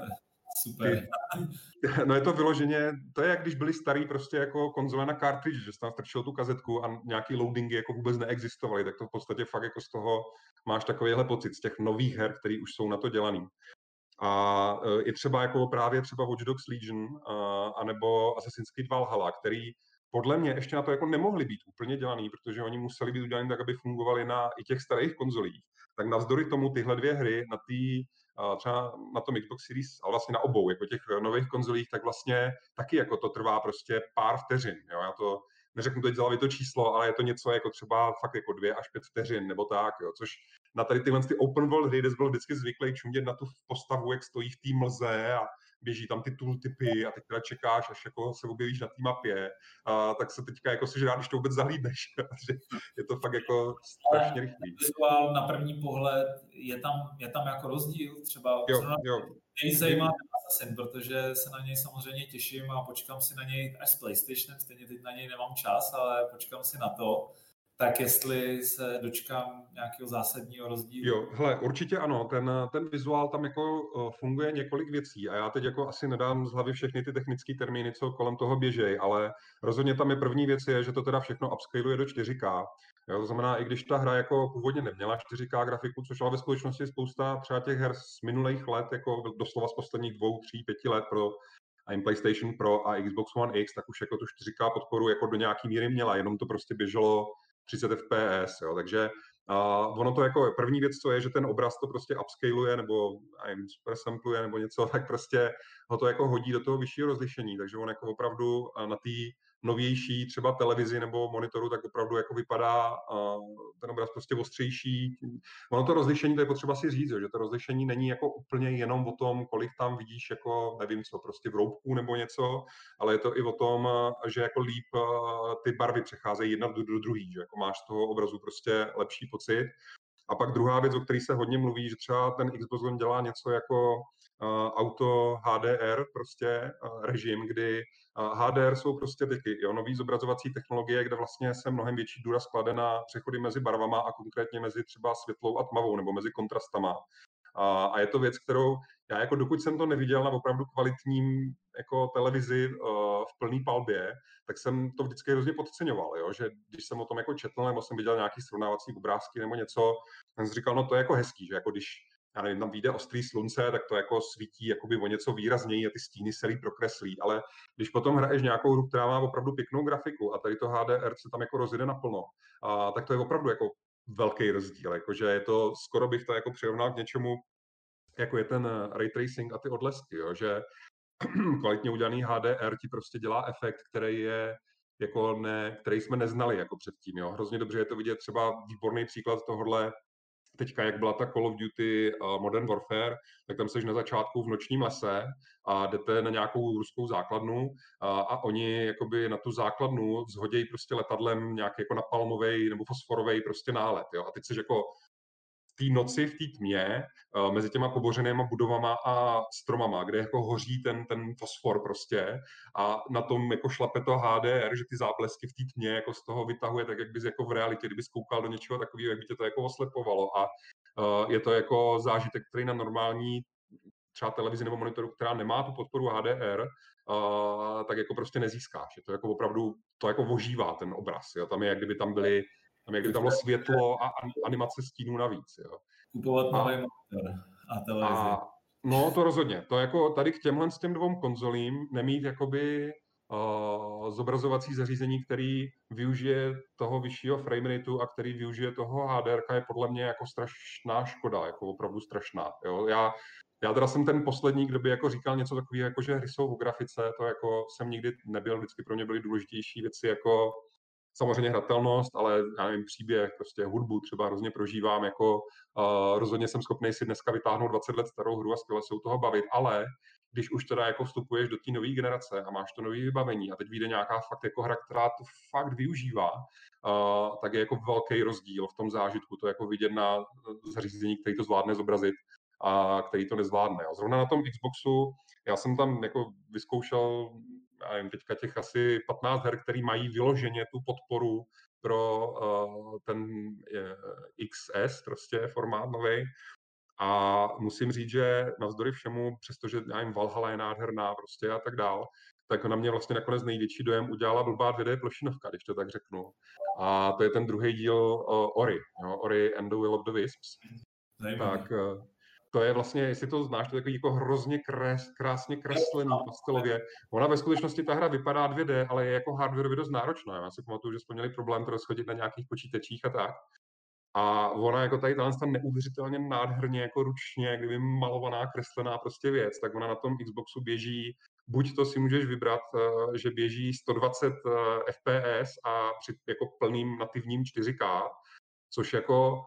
B: super.
A: No je to vyloženě, to je jak když byly starý prostě jako konzole na cartridge, že jsi tam strčil tu kazetku a nějaký loadingy jako vůbec neexistovaly, tak to v podstatě fakt jako z toho máš takovýhle pocit z těch nových her, které už jsou na to dělaný. A i třeba jako právě třeba Watch Dogs Legion anebo Assassin's Creed Valhalla, který podle mě ještě na to jako nemohli být úplně dělaný, protože oni museli být udělaný tak, aby fungovali na i těch starých konzolích. Tak navzdory tomu tyhle dvě hry na třeba na tom Xbox Series, ale vlastně na obou, jako těch nových konzolích, tak vlastně taky jako to trvá prostě pár vteřin. Jo? Já to neřeknu teď za to číslo, ale je to něco jako třeba fakt jako 2 až 5 vteřin nebo tak, jo? Což na tady tyhle ty open world hry, kde jsi byl vždycky zvyklý čumět na tu postavu, jak stojí v té mlze a běží tam ty tooltipy a teď teda čekáš, až jako se objevíš na té mapě, tak se teďka jako si rád, když to vůbec zahlídneš. Je to fakt jako strašně rychlý.
B: Vizuál na první pohled je tam jako rozdíl, třeba zajímá Assassin, protože se na něj samozřejmě těším a počkám si na něj až s PlayStationem, stejně teď na něj nemám čas, ale počkám si na to. Tak jestli se dočkám nějakého zásadního rozdílu.
A: Jo, hele, určitě ano, ten vizuál tam jako funguje několik věcí a já teď jako asi nedám z hlavy všechny ty technické termíny, co kolem toho běžej, ale rozhodně tam je první věc je, že to teda všechno upscaluje do 4K. Jo, to znamená, i když ta hra jako původně neměla 4K grafiku, což ale ve skutečnosti spousta třeba těch her z minulých let, jako doslova z posledních 2, 3, 5 let pro PlayStation Pro a Xbox One X, tak už jako tu 4K podporu jako do nějaký míry měla, jenom to prostě běželo 30 fps, jo, takže ono to jako první věc, co je, že ten obraz to prostě upscaluje nebo supersampluje nebo něco, tak prostě ho to jako hodí do toho vyššího rozlišení, takže on jako opravdu na té novější třeba televizi nebo monitoru, tak opravdu jako vypadá ten obraz prostě ostřejší. Ono to rozlišení, to je potřeba si říct, že to rozlišení není jako úplně jenom o tom, kolik tam vidíš jako, nevím co, prostě vroubků nebo něco, ale je to i o tom, že jako líp ty barvy přecházejí jedna do druhý, že jako máš z toho obrazu prostě lepší pocit. A pak druhá věc, o které se hodně mluví, že třeba ten Xbox One dělá něco jako auto HDR, prostě režim, kdy HDR jsou prostě taky nový zobrazovací technologie, kde vlastně se mnohem větší důraz klade na přechody mezi barvama a konkrétně mezi třeba světlou a tmavou nebo mezi kontrastama. A je to věc, kterou já jako dokud jsem to neviděl na opravdu kvalitním jako televizi v plný palbě, tak jsem to vždycky hrozně podceňoval, jo? Že když jsem o tom jako četl nebo jsem viděl nějaký srovnávací obrázky nebo něco, tak jsem říkal, no to je jako hezký, že jako když já nevím, tam vyjde ostrý slunce, tak to jako svítí jakoby o něco výrazněji a ty stíny se líp prokreslí, ale když potom hraješ nějakou hru, která má opravdu pěknou grafiku a tady to HDR se tam jako rozjede naplno, tak to je opravdu jako velký rozdíl, jakože je to, skoro bych to jako přirovnal k něčemu, jako je ten ray tracing a ty odlesky, jo, že kvalitně udělaný HDR ti prostě dělá efekt, který je který jsme neznali jako předtím, jo. Hrozně dobře je to vidět, třeba výborný příklad tohohle teďka, jak byla ta Call of Duty Modern Warfare, tak tam seš na začátku v nočním lese a jdete na nějakou ruskou základnu a oni jakoby na tu základnu zhodějí prostě letadlem nějaký jako napalmovej nebo fosforovej prostě nálet, jo. A teď seš jako v té noci, v té tmě, mezi těma pobořenýma budovama a stromama, kde jako hoří ten fosfor prostě a na tom jako šlape to HDR, že ty záblesky v té tmě jako z toho vytahuje tak, jak bys jako v realitě, kdybys koukal do něčeho takového, jak by tě to jako oslepovalo a je to jako zážitek, který na normální třeba televizi nebo monitoru, která nemá tu podporu HDR, tak jako prostě nezískáš. Je to jako opravdu, to jako ožívá ten obraz. Jo? Tam je, jak kdyby tam byly tam jak kdyby tam bylo světlo a animace stínů navíc. Jo.
B: Kupovat nový monitor a televizi.
A: No to rozhodně. To jako tady k těmhle s těm dvou konzolím nemít jakoby zobrazovací zařízení, který využije toho vyššího framerateu a který využije toho HDR, je podle mě jako strašná škoda, jako opravdu strašná. Jo. Já teda jsem ten poslední, kdo by jako říkal něco takového, jako že hry jsou v grafice, to jako jsem nikdy nebyl, vždycky pro mě byly důležitější věci jako samozřejmě hratelnost, ale já nevím, příběh, prostě hudbu třeba hrozně prožívám, jako rozhodně jsem schopný si dneska vytáhnout 20 let starou hru a skvěle se u toho bavit, ale když už teda jako vstupuješ do té nové generace a máš to nové vybavení a teď vyjde nějaká fakt jako hra, která to fakt využívá, tak je jako velký rozdíl v tom zážitku, to jako vidět na zařízení, který to zvládne zobrazit a který to nezvládne. A zrovna na tom Xboxu, já jsem tam jako vyzkoušel já nevím, teďka těch asi 15 her, které mají vyloženě tu podporu pro ten XS, prostě formát nový. A musím říct, že navzdory všemu, přestože já nevím, Valhalla je nádherná prostě a tak dál, tak na mě vlastně nakonec největší dojem udělala blbá 2D plošinovka, když to tak řeknu. A to je ten druhý díl Ori, jo? Ori and the Will of the Wisps.
B: Zajímavý.
A: Tak to je vlastně, jestli to znáš, to je takový jako hrozně krásně kreslený pastelově. Ona ve skutečnosti ta hra vypadá 2D, ale je jako hardwareově dost náročná. Já si pamatuju, že jsme měli problém to rozchodit na nějakých počítačích a tak. A ona jako tady ta neuvěřitelně nádherně jako ručně, kdyby malovaná, kreslená prostě věc, tak ona na tom Xboxu běží, buď to si můžeš vybrat, že běží 120 FPS a při jako plným nativním 4K, což jako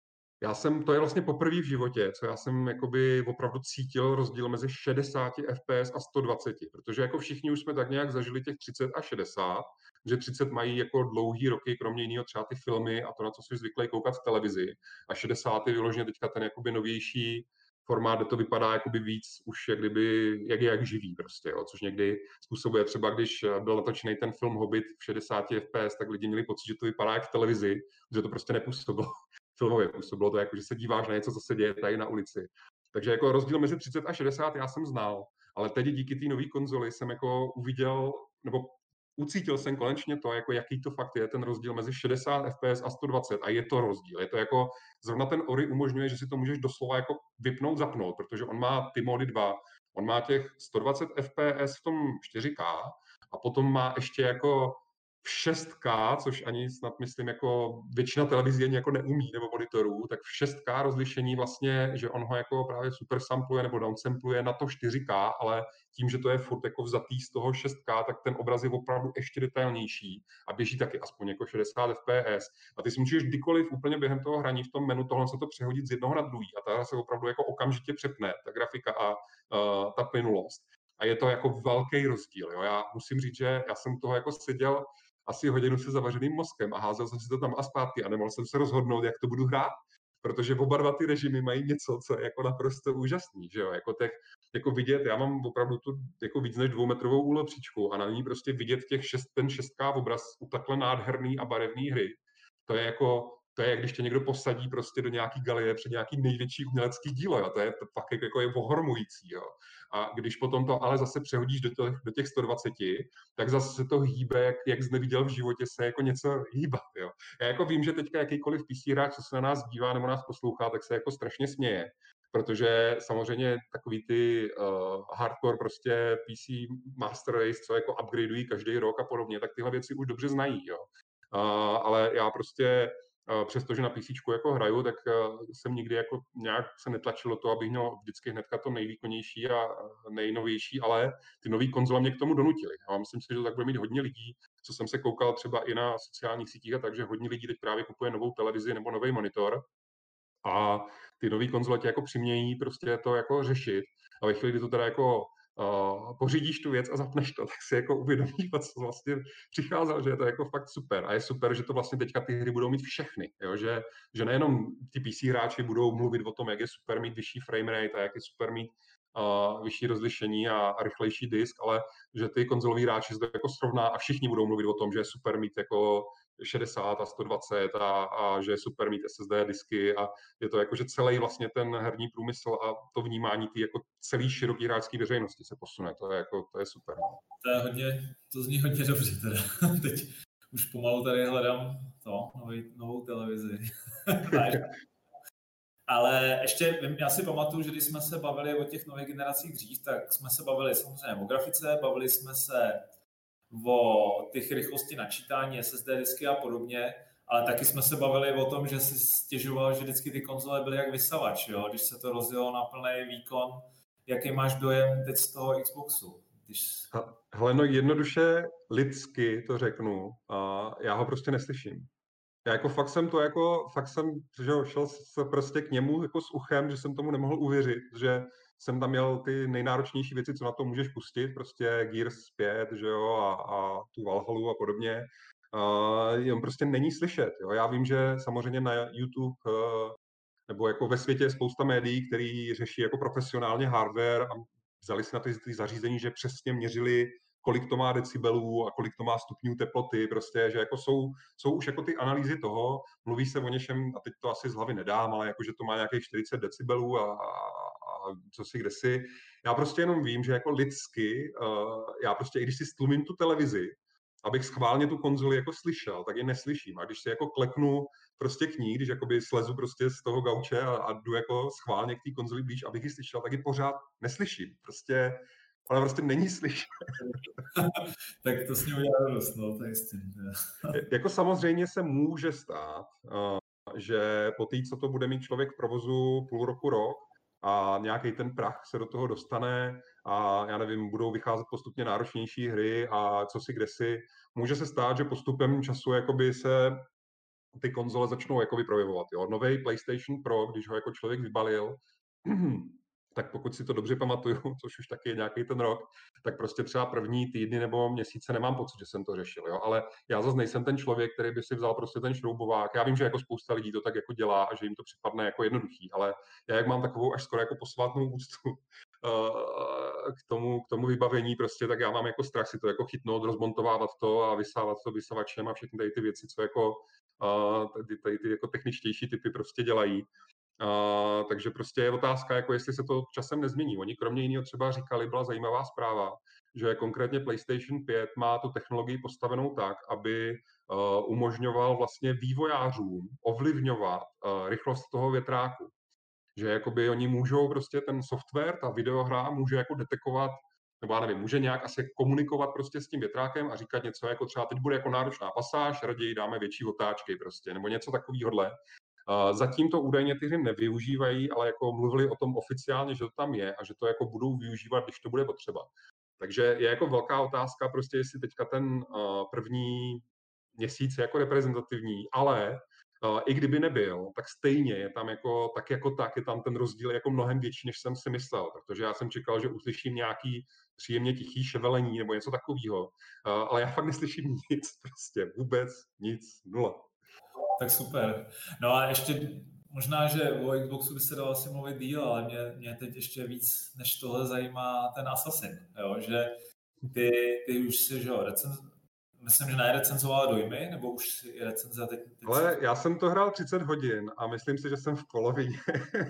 A: to je vlastně poprvé v životě, co já jsem jakoby opravdu cítil rozdíl mezi 60 FPS a 120, protože jako všichni už jsme tak nějak zažili těch 30 a 60, že 30 mají jako dlouhý roky, kromě jiného třeba ty filmy a to, na co jsi zvyklý koukat v televizi, a 60 je vyloženě teďka ten jakoby novější formát, kde to vypadá jakoby víc už jak živý prostě, jo, což někdy způsobuje třeba, když byl natočený ten film Hobbit v 60 FPS, tak lidi měli pocit, že to vypadá jak v televizi, že to prostě nepůsobilo filmově. Působilo to jako, že se díváš na něco, co se děje tady na ulici. Takže jako rozdíl mezi 30 a 60 já jsem znal, ale teď díky té nové konzoli jsem jako uviděl, nebo ucítil jsem konečně to, jako jaký to fakt je ten rozdíl mezi 60 FPS a 120 a je to rozdíl. Je to jako, zrovna ten Ori umožňuje, že si to můžeš doslova jako vypnout, zapnout, protože on má ty mody 2, on má těch 120 FPS v tom 4K a potom má ještě jako v 6K, což ani snad myslím jako většina televizí ani jako neumí nebo monitorů, tak v 6K rozlišení vlastně, že on ho jako právě super sampluje nebo downsampluje na to 4K, ale tím, že to je furt jako vzatý z toho 6K, tak ten obraz je opravdu ještě detailnější a běží taky aspoň jako 60 FPS. A ty si můžeš kdykoliv úplně během toho hraní v tom menu tohle se to přehodit z jednoho na druhý a ta hra se opravdu jako okamžitě přepne, ta grafika a ta plynulost. A je to jako velký rozdíl. Jo? Já musím říct, že já jsem toho jako seděl asi hodinu se zavařeným mozkem a házel jsem si to tam a zpátky a nemohl jsem se rozhodnout, jak to budu hrát, protože oba dva ty režimy mají něco, co je jako naprosto úžasný, že jo, jako vidět, já mám opravdu tu jako víc než 2metrovou úlopříčku a na ní prostě vidět ten 6K obraz u takhle nádherný a barevný hry, to je, když tě někdo posadí prostě do nějaký galerie před nějaký největší umělecký dílo, jo. To je fakt jako je ohromující, jo. A když potom to ale zase přehodíš do těch 120, tak zase se to hýbe, jak jsi neviděl v životě se jako něco hýbat, jo. Já jako vím, že teďka jakýkoliv PC hráč, co se na nás dívá nebo nás poslouchá, tak se jako strašně směje, protože samozřejmě takový ty hardcore prostě PC Master Race, co jako upgradeují každý rok a podobně, tak tyhle věci už dobře znají, jo. Ale já prostě přestože na PC jako hraju, tak jsem nikdy jako nějak se netlačilo to, abych měl vždycky hnedka to nejvýkonnější a nejnovější, ale ty nový konzole mě k tomu donutily. A myslím si, že to tak bude mít hodně lidí, co jsem se koukal třeba i na sociálních sítích, a takže hodně lidí teď právě kupuje novou televizi nebo nový monitor. A ty nový konzole tě jako přimějí prostě to jako řešit. A ve chvíli, kdy to teda jako pořídíš tu věc a zapneš to, tak si jako uvědomíš, co vlastně přicházel, že je to jako fakt super. A je super, že to vlastně teďka ty hry budou mít všechny, jo? Že nejenom ty PC hráči budou mluvit o tom, jak je super mít vyšší frame rate a jak je super mít vyšší rozlišení a rychlejší disk, ale že ty konzoloví hráči se to jako srovná a všichni budou mluvit o tom, že je super mít jako 60 a 120 a že je super mít SSD disky a je to jako, že celý vlastně ten herní průmysl a to vnímání ty jako celý široký hráčský veřejnosti se posune. To je super.
B: To zní hodně dobře teda. Teď už pomalu tady hledám novou televizi. Ale ještě, já si pamatuju, že když jsme se bavili o těch nových generacích dřív, tak jsme se bavili samozřejmě o grafice, bavili jsme se o těch rychlosti načítání, SSD disky a podobně, ale taky jsme se bavili o tom, že si stěžoval, že vždycky ty konzole byly jak vysavač, jo? Když se to rozjelo na plný výkon. Jaký máš dojem teď z toho Xboxu?
A: Hele, no jednoduše lidsky to řeknu, já ho prostě neslyším. Já jako fakt jsem, že šel se prostě k němu jako s uchem, že jsem tomu nemohl uvěřit, že jsem tam měl ty nejnáročnější věci, co na to můžeš pustit, prostě Gears 5, že jo, a tu Valhallu a podobně. On prostě není slyšet, jo. Já vím, že samozřejmě na YouTube nebo jako ve světě je spousta médií, který řeší jako profesionálně hardware a vzali si na ty zařízení, že přesně měřili, kolik to má decibelů a kolik to má stupňů teploty, prostě, že jako jsou už jako ty analýzy toho, mluví se o něčem, a teď to asi z hlavy nedám, ale jako, že to má nějakých 40 decibelů a co si kdesi. Já prostě jenom vím, že jako lidsky, já prostě, i když si stlumím tu televizi, abych schválně tu konzoli jako slyšel, tak ji neslyším. A když si jako kleknu prostě k ní, když jakoby slezu prostě z toho gauče a jdu jako schválně k té konzoli blíž, abych ji slyšel, tak ji pořád neslyším. Prostě ona prostě není slyšet.
B: Tak to s ním udělá radost, no, to je jistý.
A: Jako samozřejmě se může stát, že po té, co to bude mít člověk v provozu půl roku, rok, a nějaký ten prach se do toho dostane a já nevím, budou vycházet postupně náročnější hry a co si kdesi. Může se stát, že postupem času jakoby se ty konzole začnou jakoby projevovat. Nový PlayStation Pro, když ho jako člověk vybalil, tak pokud si to dobře pamatuju, což už taky je nějaký ten rok, tak prostě třeba první týdny nebo měsíce nemám pocit, že jsem to řešil, jo? Ale já zase nejsem ten člověk, který by si vzal prostě ten šroubovák. Já vím, že jako spousta lidí to tak jako dělá a že jim to připadne jako jednoduchý, ale já jak mám takovou až skoro jako posvátnou úctu k tomu vybavení prostě, tak já mám jako strach si to jako chytnout, rozmontovávat to a vysávat to vysavačem a všechny tady ty věci, co jako tady ty jako techničtější typy prostě dělají. Takže prostě je otázka, jako jestli se to časem nezmění. Oni kromě jiného třeba říkali, byla zajímavá zpráva, že konkrétně PlayStation 5 má tu technologii postavenou tak, aby umožňoval vlastně vývojářům ovlivňovat rychlost toho větráku. Že jakoby oni můžou prostě ten software, ta videohra může jako detekovat, nebo já nevím, může nějak asi komunikovat prostě s tím větrákem a říkat něco jako třeba teď bude jako náročná pasáž, raději dáme větší otáčky prostě, nebo něco takovýhodle. Zatím to údajně ty hry nevyužívají, ale jako mluvili o tom oficiálně, že to tam je a že to jako budou využívat, když to bude potřeba. Takže je jako velká otázka prostě, jestli teďka ten první měsíc je jako reprezentativní, ale i kdyby nebyl, tak stejně je tam tak je tam ten rozdíl jako mnohem větší, než jsem si myslel, protože já jsem čekal, že uslyším nějaký příjemně tichý ševelení nebo něco takového, ale já fakt neslyším nic, prostě vůbec nic, nula.
B: Tak super. No a ještě možná, že o Xboxu by se dalo asi mluvit díl, ale mě teď ještě víc než tohle zajímá ten Assassin, jo? Že ty už si, že jo, myslím, že nerecenzoval dojmy, nebo už si recenze teď...
A: Ale já jsem to hrál 30 hodin a myslím si, že jsem v polovině.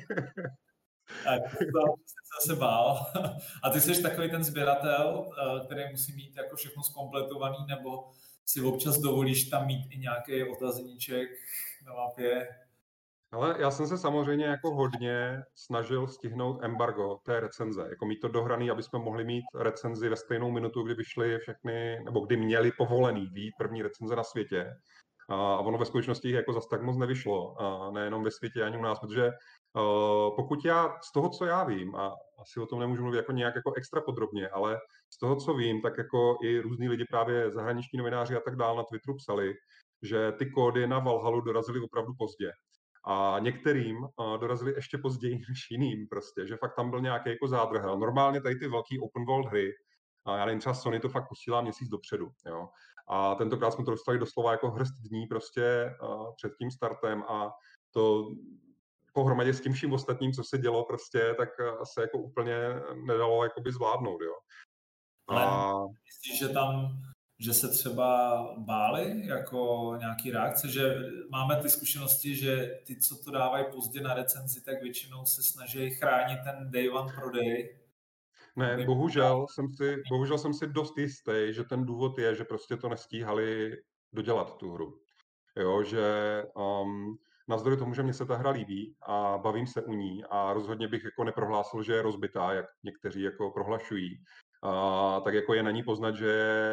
B: Tak to jsem se bál. A ty jsi takový ten sběratel, který musí mít jako všechno zkompletovaný, nebo si občas dovolíš tam mít i nějaký otazníček na mapě?
A: Ale já jsem se samozřejmě jako hodně snažil stihnout embargo té recenze, jako mít to dohraný, aby jsme mohli mít recenzi ve stejnou minutu, kdy vyšly všechny, nebo kdy měli povolený výjít první recenze na světě. A ono ve skutečnosti jako zas tak moc nevyšlo, nejenom ve světě, ani u nás, protože pokud z toho, co já vím, a asi o tom nemůžu mluvit jako nějak jako extra podrobně, ale z toho, co vím, tak jako i různý lidi, právě zahraniční novináři a tak dál na Twitteru psali, že ty kódy na Valhallu dorazily opravdu pozdě. A některým dorazili ještě později než jiným prostě, že fakt tam byl nějaký jako zádrhel. Normálně tady ty velký open world hry, a já nevím, třeba Sony to fakt posílá měsíc dopředu, jo. A tentokrát jsme to dostali doslova jako hrst dní prostě před tím startem a to pohromadě s tím vším ostatním, co se dělo prostě, tak se jako úplně nedalo jakoby zvládnout, jo.
B: Ale myslíš, že se třeba báli jako nějaký reakce, že máme ty zkušenosti, že ty, co to dávají pozdě na recenzi, tak většinou se snaží chránit ten day one prodej.
A: Ne, bohužel jsem si dost jistý, že ten důvod je, že prostě to nestíhali dodělat tu hru. Jo, že navzdory tomu, že mně se ta hra líbí a bavím se u ní a rozhodně bych jako neprohlásil, že je rozbitá, jak někteří jako prohlašují, tak jako je na ní poznat, že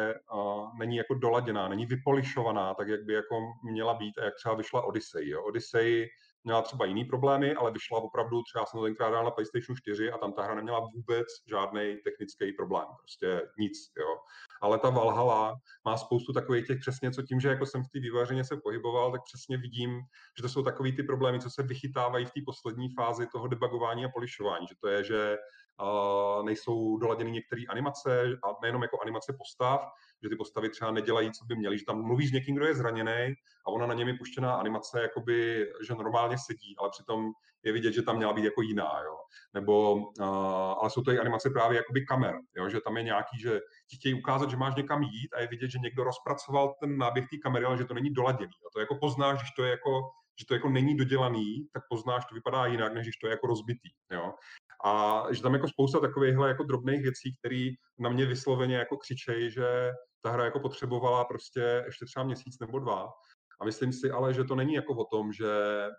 A: není jako doladěná, není vypolišovaná, tak jak by jako měla být a jak třeba vyšla Odyssey. Jo. Odyssey měla třeba jiný problémy, ale vyšla opravdu, třeba jsem to tenkrát dal na PlayStation 4 a tam ta hra neměla vůbec žádný technický problém, prostě nic, jo. Ale ta Valhalla má spoustu takových těch přesně, co tím, že jako jsem v té vývojářině se pohyboval, tak přesně vidím, že to jsou takový ty problémy, co se vychytávají v té poslední fázi toho debugování a polišování, že to je, že nejsou doladěny některé animace, a nejenom jako animace postav, že ty postavy třeba nedělají, co by měly, že tam mluvíš s někým, kdo je zraněný a ona na něm je puštěná animace, jakoby, že normálně sedí, ale přitom je vidět, že tam měla být jako jiná, jo. Nebo, ale jsou to i animace právě jakoby kamer, jo, že tam je nějaký, že ti chtějí ukázat, že máš někam jít a je vidět, že někdo rozpracoval ten náběh té kamery, ale že to není doladěný. A to jako poznáš, když to je jako, že to jako není dodělaný, tak poznáš, to vypadá jinak, než když to je jako rozbitý, jo. A že tam jako spousta takovýchhle jako drobných věcí, které na mě vysloveně jako křičejí, že ta hra jako potřebovala prostě ještě třeba měsíc nebo dva. A myslím si ale, že to není jako o tom, že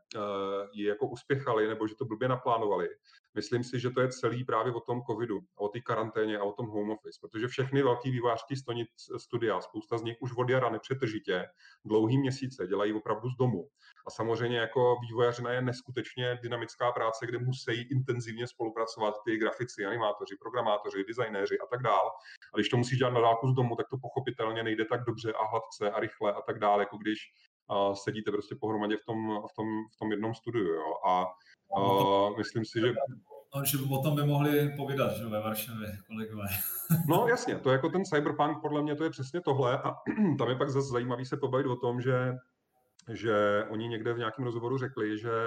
A: ji jako uspěchali nebo že to blbě naplánovali. Myslím si, že to je celý právě o tom covidu, o té karanténě a o tom home office, protože všechny velký vývojářské studia, spousta z nich už od jara nepřetržitě, dlouhý měsíce dělají opravdu z domu. A samozřejmě jako vývojařina je neskutečně dynamická práce, kde musí intenzivně spolupracovat ty grafici, animátoři, programátoři, designéři a tak dále. A když to musíš dělat na dálku z domu, tak to pochopitelně nejde tak dobře a hladce a rychle a tak dále, jako když sedíte prostě pohromadě v tom jednom studiu. Jo. A myslím si, že...
B: No, že o tom by mohli povídat, že ve Varšavě, kolegové.
A: No jasně, to jako ten cyberpunk, podle mě to je přesně tohle a tam je pak zase zajímavý se pobavit o tom, že oni někde v nějakém rozhovoru řekli, že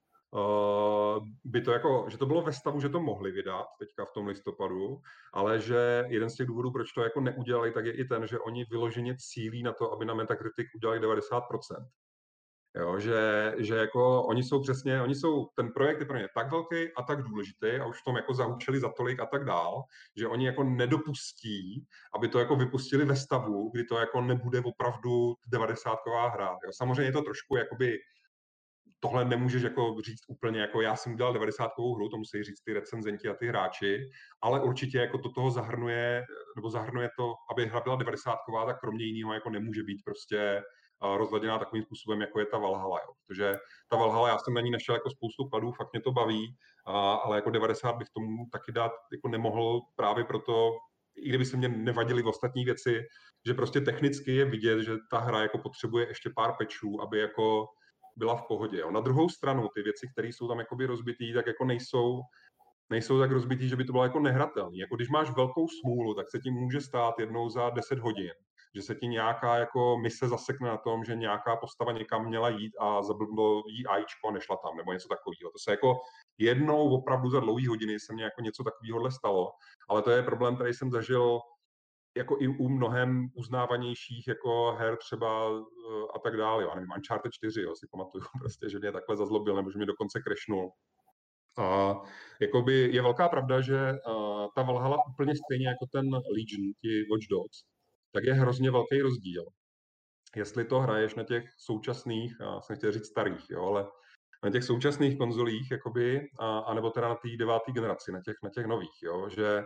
A: by to jako, že to bylo ve stavu, že to mohli vydat teďka v tom listopadu, ale že jeden z těch důvodů, proč to jako neudělali, tak je i ten, že oni vyloženě cílí na to, aby na Metacritic udělali 90%. Jo, že jako oni jsou, ten projekt je pro ně tak velký a tak důležitý a už v tom jako zahučeli za tolik a tak dál, že oni jako nedopustí, aby to jako vypustili ve stavu, kdy to jako nebude opravdu 90ková hra. Jo. Samozřejmě je to trošku jakoby tohle nemůžeš jako říct úplně jako já jsem udělal 90kovou hru, to musí říct ty recenzenti a ty hráči, ale určitě jako do toho zahrnuje to, aby hra byla 90ková, tak kromě jiného jako nemůže být prostě rozladěná takovým způsobem, jako je ta Valhalla, jo. Protože ta Valhalla, já jsem na ní našel jako spoustu kladů, fakt mě to baví, ale jako 90 bych tomu taky dát jako nemohl právě proto, i kdyby se mě nevadily ostatní věci, že prostě technicky je vidět, že ta hra jako potřebuje ještě pár patchů, aby jako byla v pohodě. Jo. Na druhou stranu ty věci, které jsou tam jakoby rozbitý, tak jako nejsou tak rozbitý, že by to bylo jako nehratelný. Jako když máš velkou smůlu, tak se ti může stát jednou za 10 hodin, že se ti nějaká jako mise zasekne na tom, že nějaká postava někam měla jít a zablblo jí AIčko a nešla tam, nebo něco takového. To se jako jednou opravdu za dlouhý hodiny se mně jako něco takového stalo, ale to je problém, který jsem zažil jako i u mnohem uznávanějších jako her třeba a tak dále. Já nevím, Uncharted 4, jo, si pamatuju prostě, že mě takhle zazlobil, nebo že mě dokonce crashnul. A jakoby je velká pravda, že ta Valhalla úplně stejně jako ten Legion, ti Watch Dogs, tak je hrozně velký rozdíl. Jestli to hraješ na těch současných, já jsem chtěl říct starých, jo, ale na těch současných konzolích, jakoby, anebo teda na té 9. generaci, na těch nových, jo, že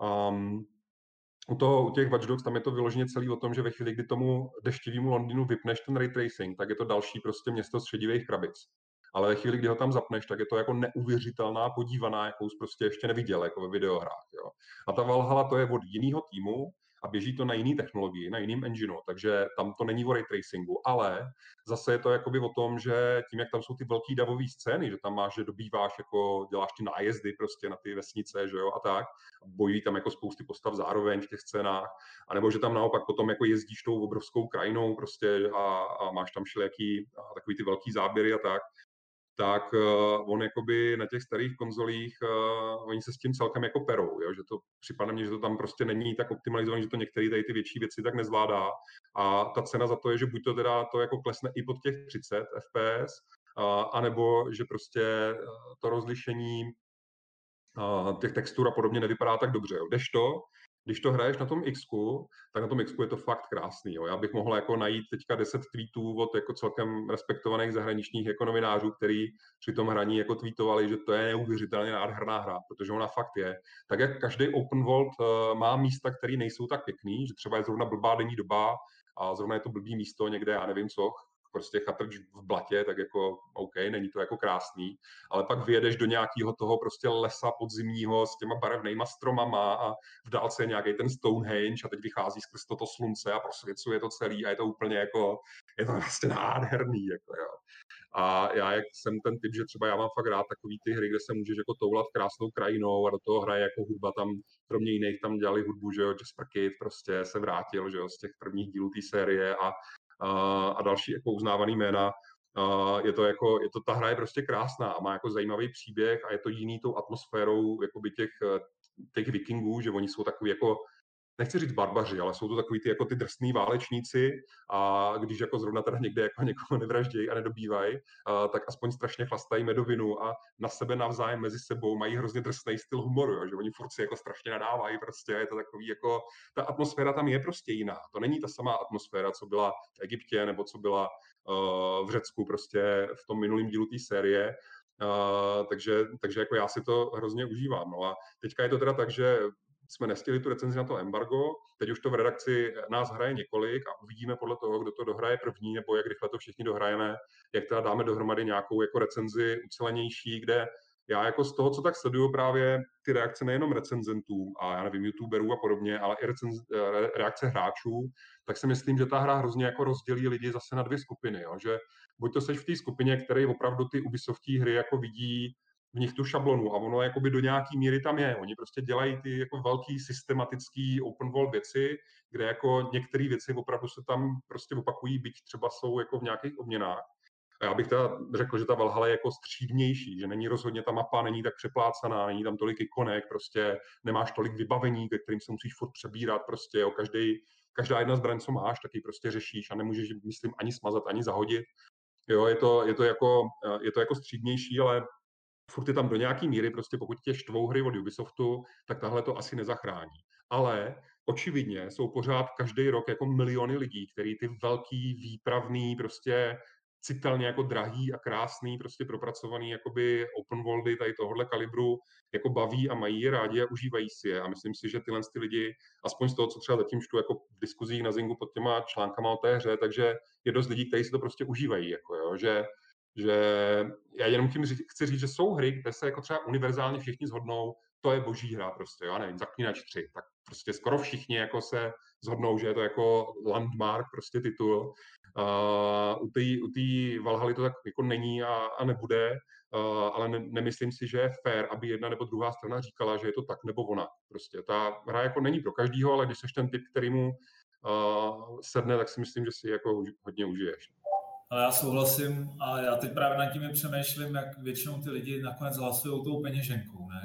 A: u těch Watch Dogs tam je to vyloženě celý o tom, že ve chvíli, kdy tomu deštivému Londýnu vypneš ten ray tracing, tak je to další prostě město z šedivých krabic. Ale ve chvíli, kdy ho tam zapneš, tak je to jako neuvěřitelná podívaná, jakou jsi prostě ještě neviděl jako ve videohrách. Jo. A ta Valhalla to je od jiného týmu a běží to na jiný technologii, na jiným engineu, takže tam to není o ray tracingu, ale zase je to jakoby o tom, že tím, jak tam jsou ty velký davové scény, že tam máš, že dobýváš, jako děláš ty nájezdy prostě na ty vesnice, že jo, a tak, bojují tam jako spousty postav zároveň v těch scénách, anebo že tam naopak potom jako jezdíš tou obrovskou krajinou prostě a máš tam všelijaký takový ty velký záběry a tak on jakoby na těch starých konzolích, oni se s tím celkem jako perou, jo? Že to připadá mně, že to tam prostě není tak optimalizované, že to některé tady ty větší věci tak nezvládá a ta cena za to je, že buď to teda to jako klesne i pod těch 30 FPS, anebo že prostě to rozlišení těch textur a podobně nevypadá tak dobře. Jo. Když to hraješ na tom Xku, tak na tom Xku je to fakt krásný. Jo. Já bych mohl jako najít teďka 10 tweetů od jako celkem respektovaných zahraničních jako novinářů, který při tom hraní jako tweetovali, že to je neuvěřitelně nádherná hra, protože ona fakt je. Tak jak každý open world má místa, které nejsou tak pěkný, že třeba je zrovna blbá denní doba a zrovna je to blbý místo někde, já nevím co, prostě chatrč v blatě, tak jako OK, není to jako krásný, ale pak vyjedeš do nějakého toho prostě lesa podzimního s těma barevnejma stromama a v dálce je nějaký ten Stonehenge a teď vychází skrz toto slunce a prosvěcuje to celý a je to úplně jako, je to vlastně nádherný, jako jo. A já, jak jsem ten typ, že třeba já mám fakt rád takový ty hry, kde se můžeš jako toulat krásnou krajinou a do toho hraje jako hudba, tam kromě jiných tam dělali hudbu, že jo, Jasper Kidd prostě se vrátil, že jo, z těch prvních dílů té série a další jako uznávaný jména. Ta hra je prostě krásná a má jako zajímavý příběh a je to jiný tou atmosférou jakoby těch vikingů, že oni jsou takový jako, nechci říct barbaři, ale jsou to takový ty, jako ty drsný válečníci a když jako zrovna teda někde jako někoho nevraždějí a nedobývají, tak aspoň strašně chlastají medovinu a na sebe navzájem mezi sebou mají hrozně drsný styl humoru, jo, že oni furt si jako strašně nadávají prostě, je to takový jako, ta atmosféra tam je prostě jiná. To není ta samá atmosféra, co byla v Egyptě nebo co byla v Řecku prostě v tom minulém dílu té série. Takže jako já si to hrozně užívám. No a teďka je to teda tak, že jsme nestihli tu recenzi na to embargo, teď už to v redakci nás hraje několik a uvidíme podle toho, kdo to dohraje první, nebo jak rychle to všichni dohrajeme, jak teda dáme dohromady nějakou jako recenzi ucelenější, kde já jako z toho, co tak sleduju právě ty reakce nejenom recenzentů a já nevím, youtuberů a podobně, ale i reakce hráčů, tak si myslím, že ta hra hrozně jako rozdělí lidi zase na dvě skupiny, jo? Že buď to seš v té skupině, který opravdu ty Ubisoftí hry jako vidí v nich tu šablonu a ono jakoby do nějaký míry tam je. Oni prostě dělají ty jako velký systematický open world věci, kde jako některé věci opravdu se tam prostě opakují, byť třeba jsou jako v nějakých obměnách. A já bych teda řekl, že ta Valhalla je jako střídnější, že není rozhodně ta mapa, není tak přeplácaná, není tam tolik ikonek, prostě nemáš tolik vybavení, ke kterým se musíš furt přebírat, prostě jo, každá jedna zbraň, co máš, tak ji prostě řešíš a nemůžeš, myslím, ani smazat, ani zahodit. Jo, je to jako střídnější, ale furt je tam do nějaký míry, prostě pokud tě štvou hry od Ubisoftu, tak tahle to asi nezachrání. Ale očividně jsou pořád každý rok jako miliony lidí, který ty velký, výpravný, prostě citelně jako drahý a krásný, prostě propracovaný jakoby open worldy tady tohohle kalibru jako baví a mají je rádi a užívají si je. A myslím si, že tyhle ty lidi, aspoň z toho, co třeba zatím čtu jako v diskuzích na Zingu pod těma článkama o té hře, takže je dost lidí, kteří si to prostě užívají, jako jo, že já jenom tím chci říct, že jsou hry, kde se jako třeba univerzálně všichni shodnou, to je boží hra prostě, já nevím, Zaklínač 3, tak prostě skoro všichni jako se shodnou, že je to jako landmark prostě titul. U té Valhaly to tak jako není a nebude, ale nemyslím si, že je fair, aby jedna nebo druhá strana říkala, že je to tak nebo ona. Prostě ta hra jako není pro každýho, ale když jsi ten typ, který mu sedne, tak si myslím, že si jako hodně užiješ.
B: Ale já souhlasím a já teď právě nad tím přemýšlím, jak většinou ty lidi nakonec hlasují tou peněženkou, ne?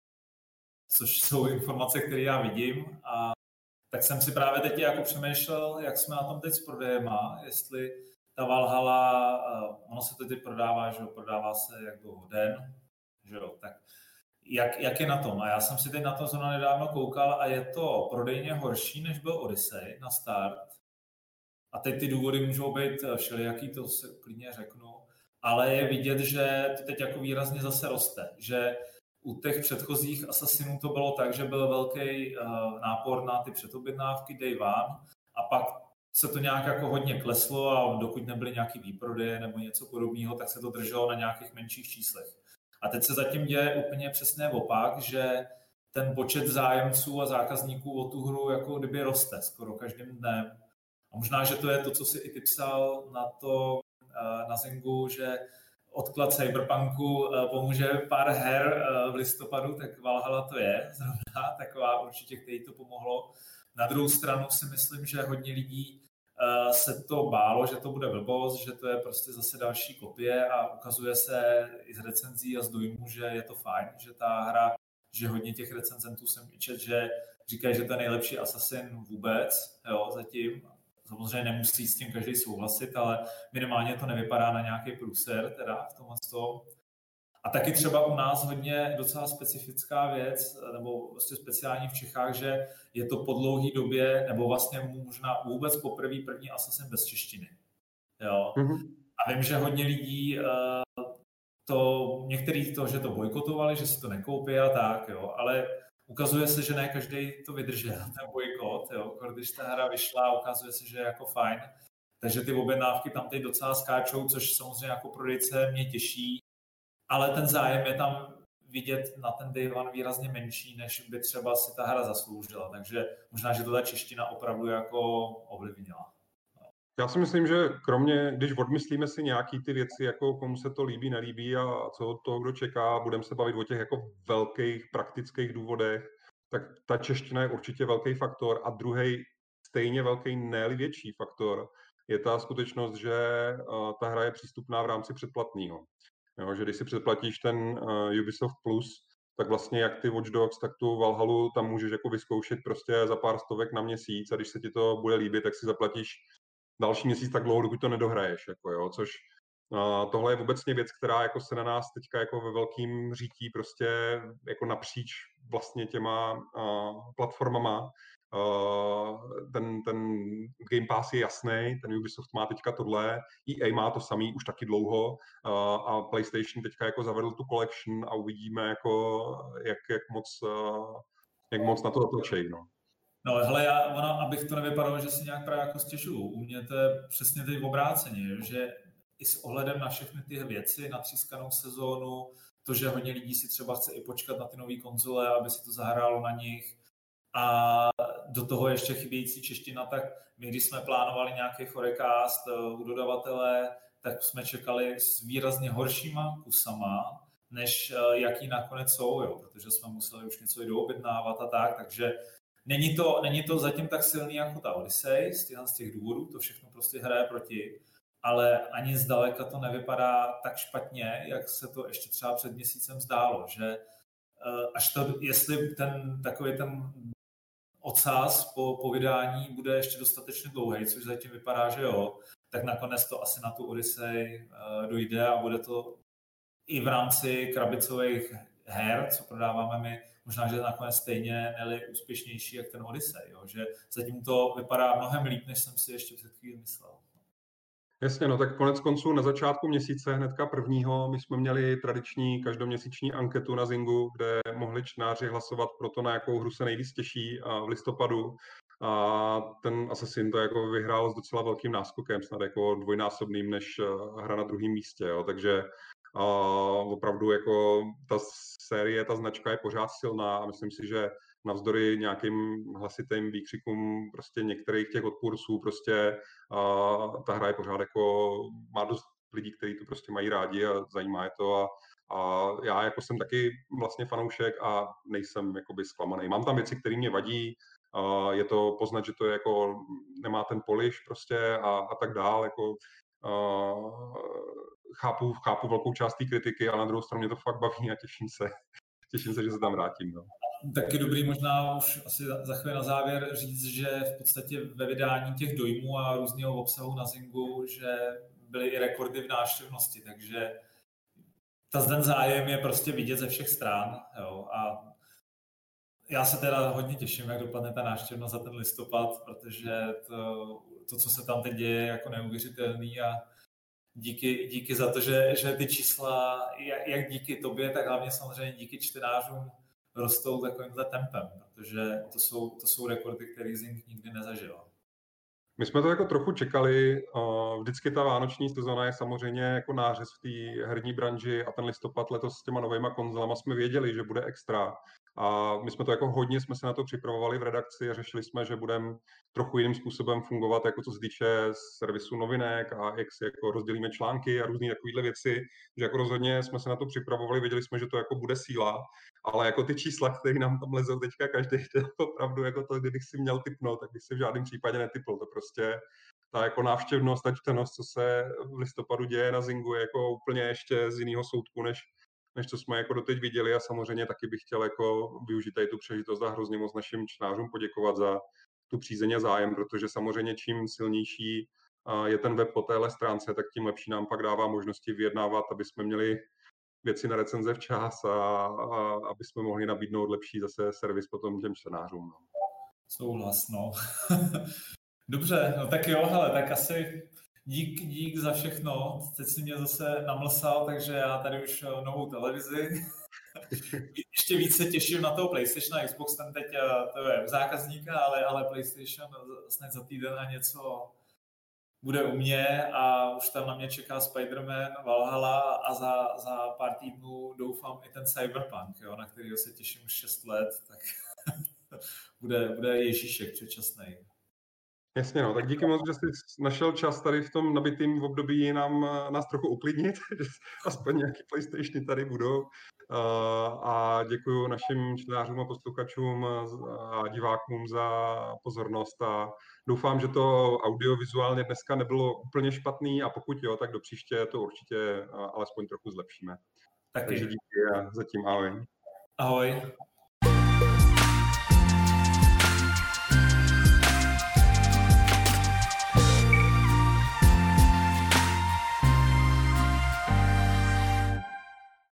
B: Což jsou informace, které já vidím a tak jsem si právě teď jako přemýšlel, jak jsme na tom teď s prodejema, jestli ta Valhalla, ono se to teď prodává, že jo, prodává se jak dlouho den, že jo, tak jak je na tom? A já jsem si teď na to zrovna nedávno koukal a je to prodejně horší, než byl Odyssey na start. A teď ty důvody můžou být všelijaký, to se klidně řeknu, ale je vidět, že to teď jako výrazně zase roste, že u těch předchozích Assassinů to bylo tak, že byl velký nápor na ty předobjednávky day one a pak se to nějak jako hodně kleslo a dokud nebyly nějaký výprodeje nebo něco podobného, tak se to drželo na nějakých menších číslech. A teď se zatím děje úplně přesně opak, že ten počet zájemců a zákazníků o tu hru jako kdyby roste skoro každým dnem. A možná, že to je to, co si i ty psal na Zingu, že odklad Cyberpunku pomůže pár her v listopadu, tak Valhalla to je zrovna taková určitě, který to pomohlo. Na druhou stranu si myslím, že hodně lidí se to bálo, že to bude blbost, že to je prostě zase další kopie a ukazuje se i z recenzí a z dojmu, že je to fajn, že ta hra, že hodně těch recenzentů jsem i čet, že říkají, že to je nejlepší Assassin vůbec, jo, zatím. Samozřejmě nemusí s tím každý souhlasit, ale minimálně to nevypadá na nějaký průser teda v tomhle tom. A taky třeba u nás hodně docela specifická věc, nebo vlastně speciální v Čechách, že je to po dlouhý době, nebo vlastně možná vůbec poprvé první Assassin bez češtiny. Jo. A vím, že hodně lidí některý že to bojkotovali, že si to nekoupí a tak, jo, ale ukazuje se, že ne každý to vydržel, ten bojkot, jo, když ta hra vyšla, ukazuje se, že je jako fajn, takže ty objednávky tam teď docela skáčou, což samozřejmě jako prodejce mě těší, ale ten zájem je tam vidět na ten day one výrazně menší, než by třeba si ta hra zasloužila, takže možná, že to ta čeština opravdu jako ovlivnila.
A: Já si myslím, že kromě, když odmyslíme si nějaký ty věci, jako komu se to líbí, nelíbí a co od toho, kdo čeká, budeme se bavit o těch jako velkých praktických důvodech, tak ta čeština je určitě velký faktor a druhý stejně velký, ne-li větší faktor je ta skutečnost, že ta hra je přístupná v rámci předplatného. Jo, že když si předplatíš ten Ubisoft Plus, tak vlastně jak ty Watch Dogs, tak tu Valhallu tam můžeš jako vyzkoušet prostě za pár stovek na měsíc a když se ti to bude líbit, tak si zaplatíš další měsíc tak dlouho, dokud to nedohraješ, jako jo, což tohle je obecně věc, která jako se na nás teďka jako ve velkým řítí prostě jako napříč vlastně těma platformama. Ten Game Pass je jasný, ten Ubisoft má teďka tohle, EA má to samý už taky dlouho a PlayStation teďka jako zavedl tu collection a uvidíme jako jak moc na to zatlačí, no.
B: No, hele, abych to nevypadalo, že si nějak právě jako stěžuju. U mě to je přesně teď obráceně, že i s ohledem na všechny ty věci, na třískanou sezónu, to, že hodně lidí si třeba chce i počkat na ty nové konzole, aby si to zahrálo na nich a do toho ještě chybějící čeština, tak my, když jsme plánovali nějaký forecast u dodavatele, tak jsme čekali s výrazně horšíma kusama, než jaký nakonec jsou, jo, protože jsme museli už něco i doobjednávat a tak, takže Není to zatím tak silný jako ta Odyssey z těch důvodů, to všechno prostě hraje proti, ale ani zdaleka to nevypadá tak špatně, jak se to ještě třeba před měsícem zdálo, že až to, jestli takový ten odsaz po vydání bude ještě dostatečně dlouhý, což zatím vypadá, že jo, tak nakonec to asi na tu Odyssey dojde a bude to i v rámci krabicových her, co prodáváme my, možná, že nakonec stejně neli úspěšnější jak ten Odyssey, jo? Že zatím to vypadá mnohem líp, než jsem si ještě před chvílí myslel.
A: Jasně, no tak konec konců na začátku měsíce, hnedka prvního, my jsme měli tradiční každoměsíční anketu na Zingu, kde mohli čtenáři hlasovat pro to, na jakou hru se nejvíc těší v listopadu. A ten Assassin to jako vyhrál s docela velkým náskokem, snad jako dvojnásobným než hra na druhém místě, jo? Takže opravdu jako ta série, ta značka je pořád silná a myslím si, že navzdory nějakým hlasitým výkřikům prostě některých těch odpůrců prostě ta hra je pořád jako, má dost lidí, kteří to prostě mají rádi a zajímá je to a já jako jsem taky vlastně fanoušek a nejsem jakoby zklamaný. Mám tam věci, které mě vadí, je to poznat, že to je jako, nemá ten polish prostě a tak dál, jako chápu velkou část té kritiky, ale na druhou stranu mě to fakt baví a těším se, že se tam vrátím. No.
B: Taky dobrý možná už asi za chvíli na závěr říct, že v podstatě ve vydání těch dojmů a různého obsahu na Zingu, že byly i rekordy v návštěvnosti, takže ten zájem je prostě vidět ze všech stran. Jo, a já se teda hodně těším, jak dopadne ta návštěvnost za ten listopad, protože to co se tam teď děje, je jako neuvěřitelný a díky za to, že ty čísla, jak díky tobě, tak hlavně samozřejmě díky čtenářům rostou takovýmhle tempem, protože to jsou rekordy, které Zing nikdy nezažil.
A: My jsme to jako trochu čekali, vždycky ta vánoční sezona je samozřejmě jako nářez v té herní branži a ten listopad letos s těma novejma konzolama jsme věděli, že bude extra A my jsme to jako hodně jsme se na to připravovali v redakci a řešili jsme, že budeme trochu jiným způsobem fungovat, jako co se týče servisu novinek a jak si jako rozdělíme články a různé takovéhle věci, že jako rozhodně jsme se na to připravovali, věděli jsme, že to jako bude síla, ale jako ty čísla, které nám tam lezou teďka každý, to je opravdu jako to, kdybych si měl tipnout, tak bych si v žádném případě netipl. To prostě ta jako návštěvnost a čtenost, co se v listopadu děje na Zingu, je jako úplně ještě z jiného soudku, než co jsme jako doteď viděli, a samozřejmě taky bych chtěl jako využít tady tu příležitost a hrozně moc našim čtenářům poděkovat za tu přízeň a zájem, protože samozřejmě čím silnější je ten web po téhle stránce, tak tím lepší nám pak dává možnosti vyjednávat, aby jsme měli věci na recenze včas a aby jsme mohli nabídnout lepší zase servis potom těm čtenářům. No.
B: Souhlas, no. Dobře, no tak jo, hele, tak asi dík za všechno. Teď si mě zase namlsal, takže já tady už novou televizi. Ještě víc se těším na toho PlayStation a Xbox, ten teď to je u zákazníka, ale PlayStation snad za týden a něco bude u mě a už tam na mě čeká Spider-Man, Valhalla a za pár týdnů doufám i ten Cyberpunk, jo, na kterýho se těším už 6 let, tak bude Ježíšek předčasnej.
A: Jasně, no, tak díky moc, že jsi našel čas tady v tom nabitým období nás trochu uklidnit, že aspoň nějaký PlayStationy tady budou. A děkuji našim čtenářům a posluchačům a divákům za pozornost a doufám, že to audiovizuálně dneska nebylo úplně špatný a pokud jo, tak do příště to určitě alespoň trochu zlepšíme.
B: Taky.
A: Takže díky a zatím ahoj.
B: Ahoj.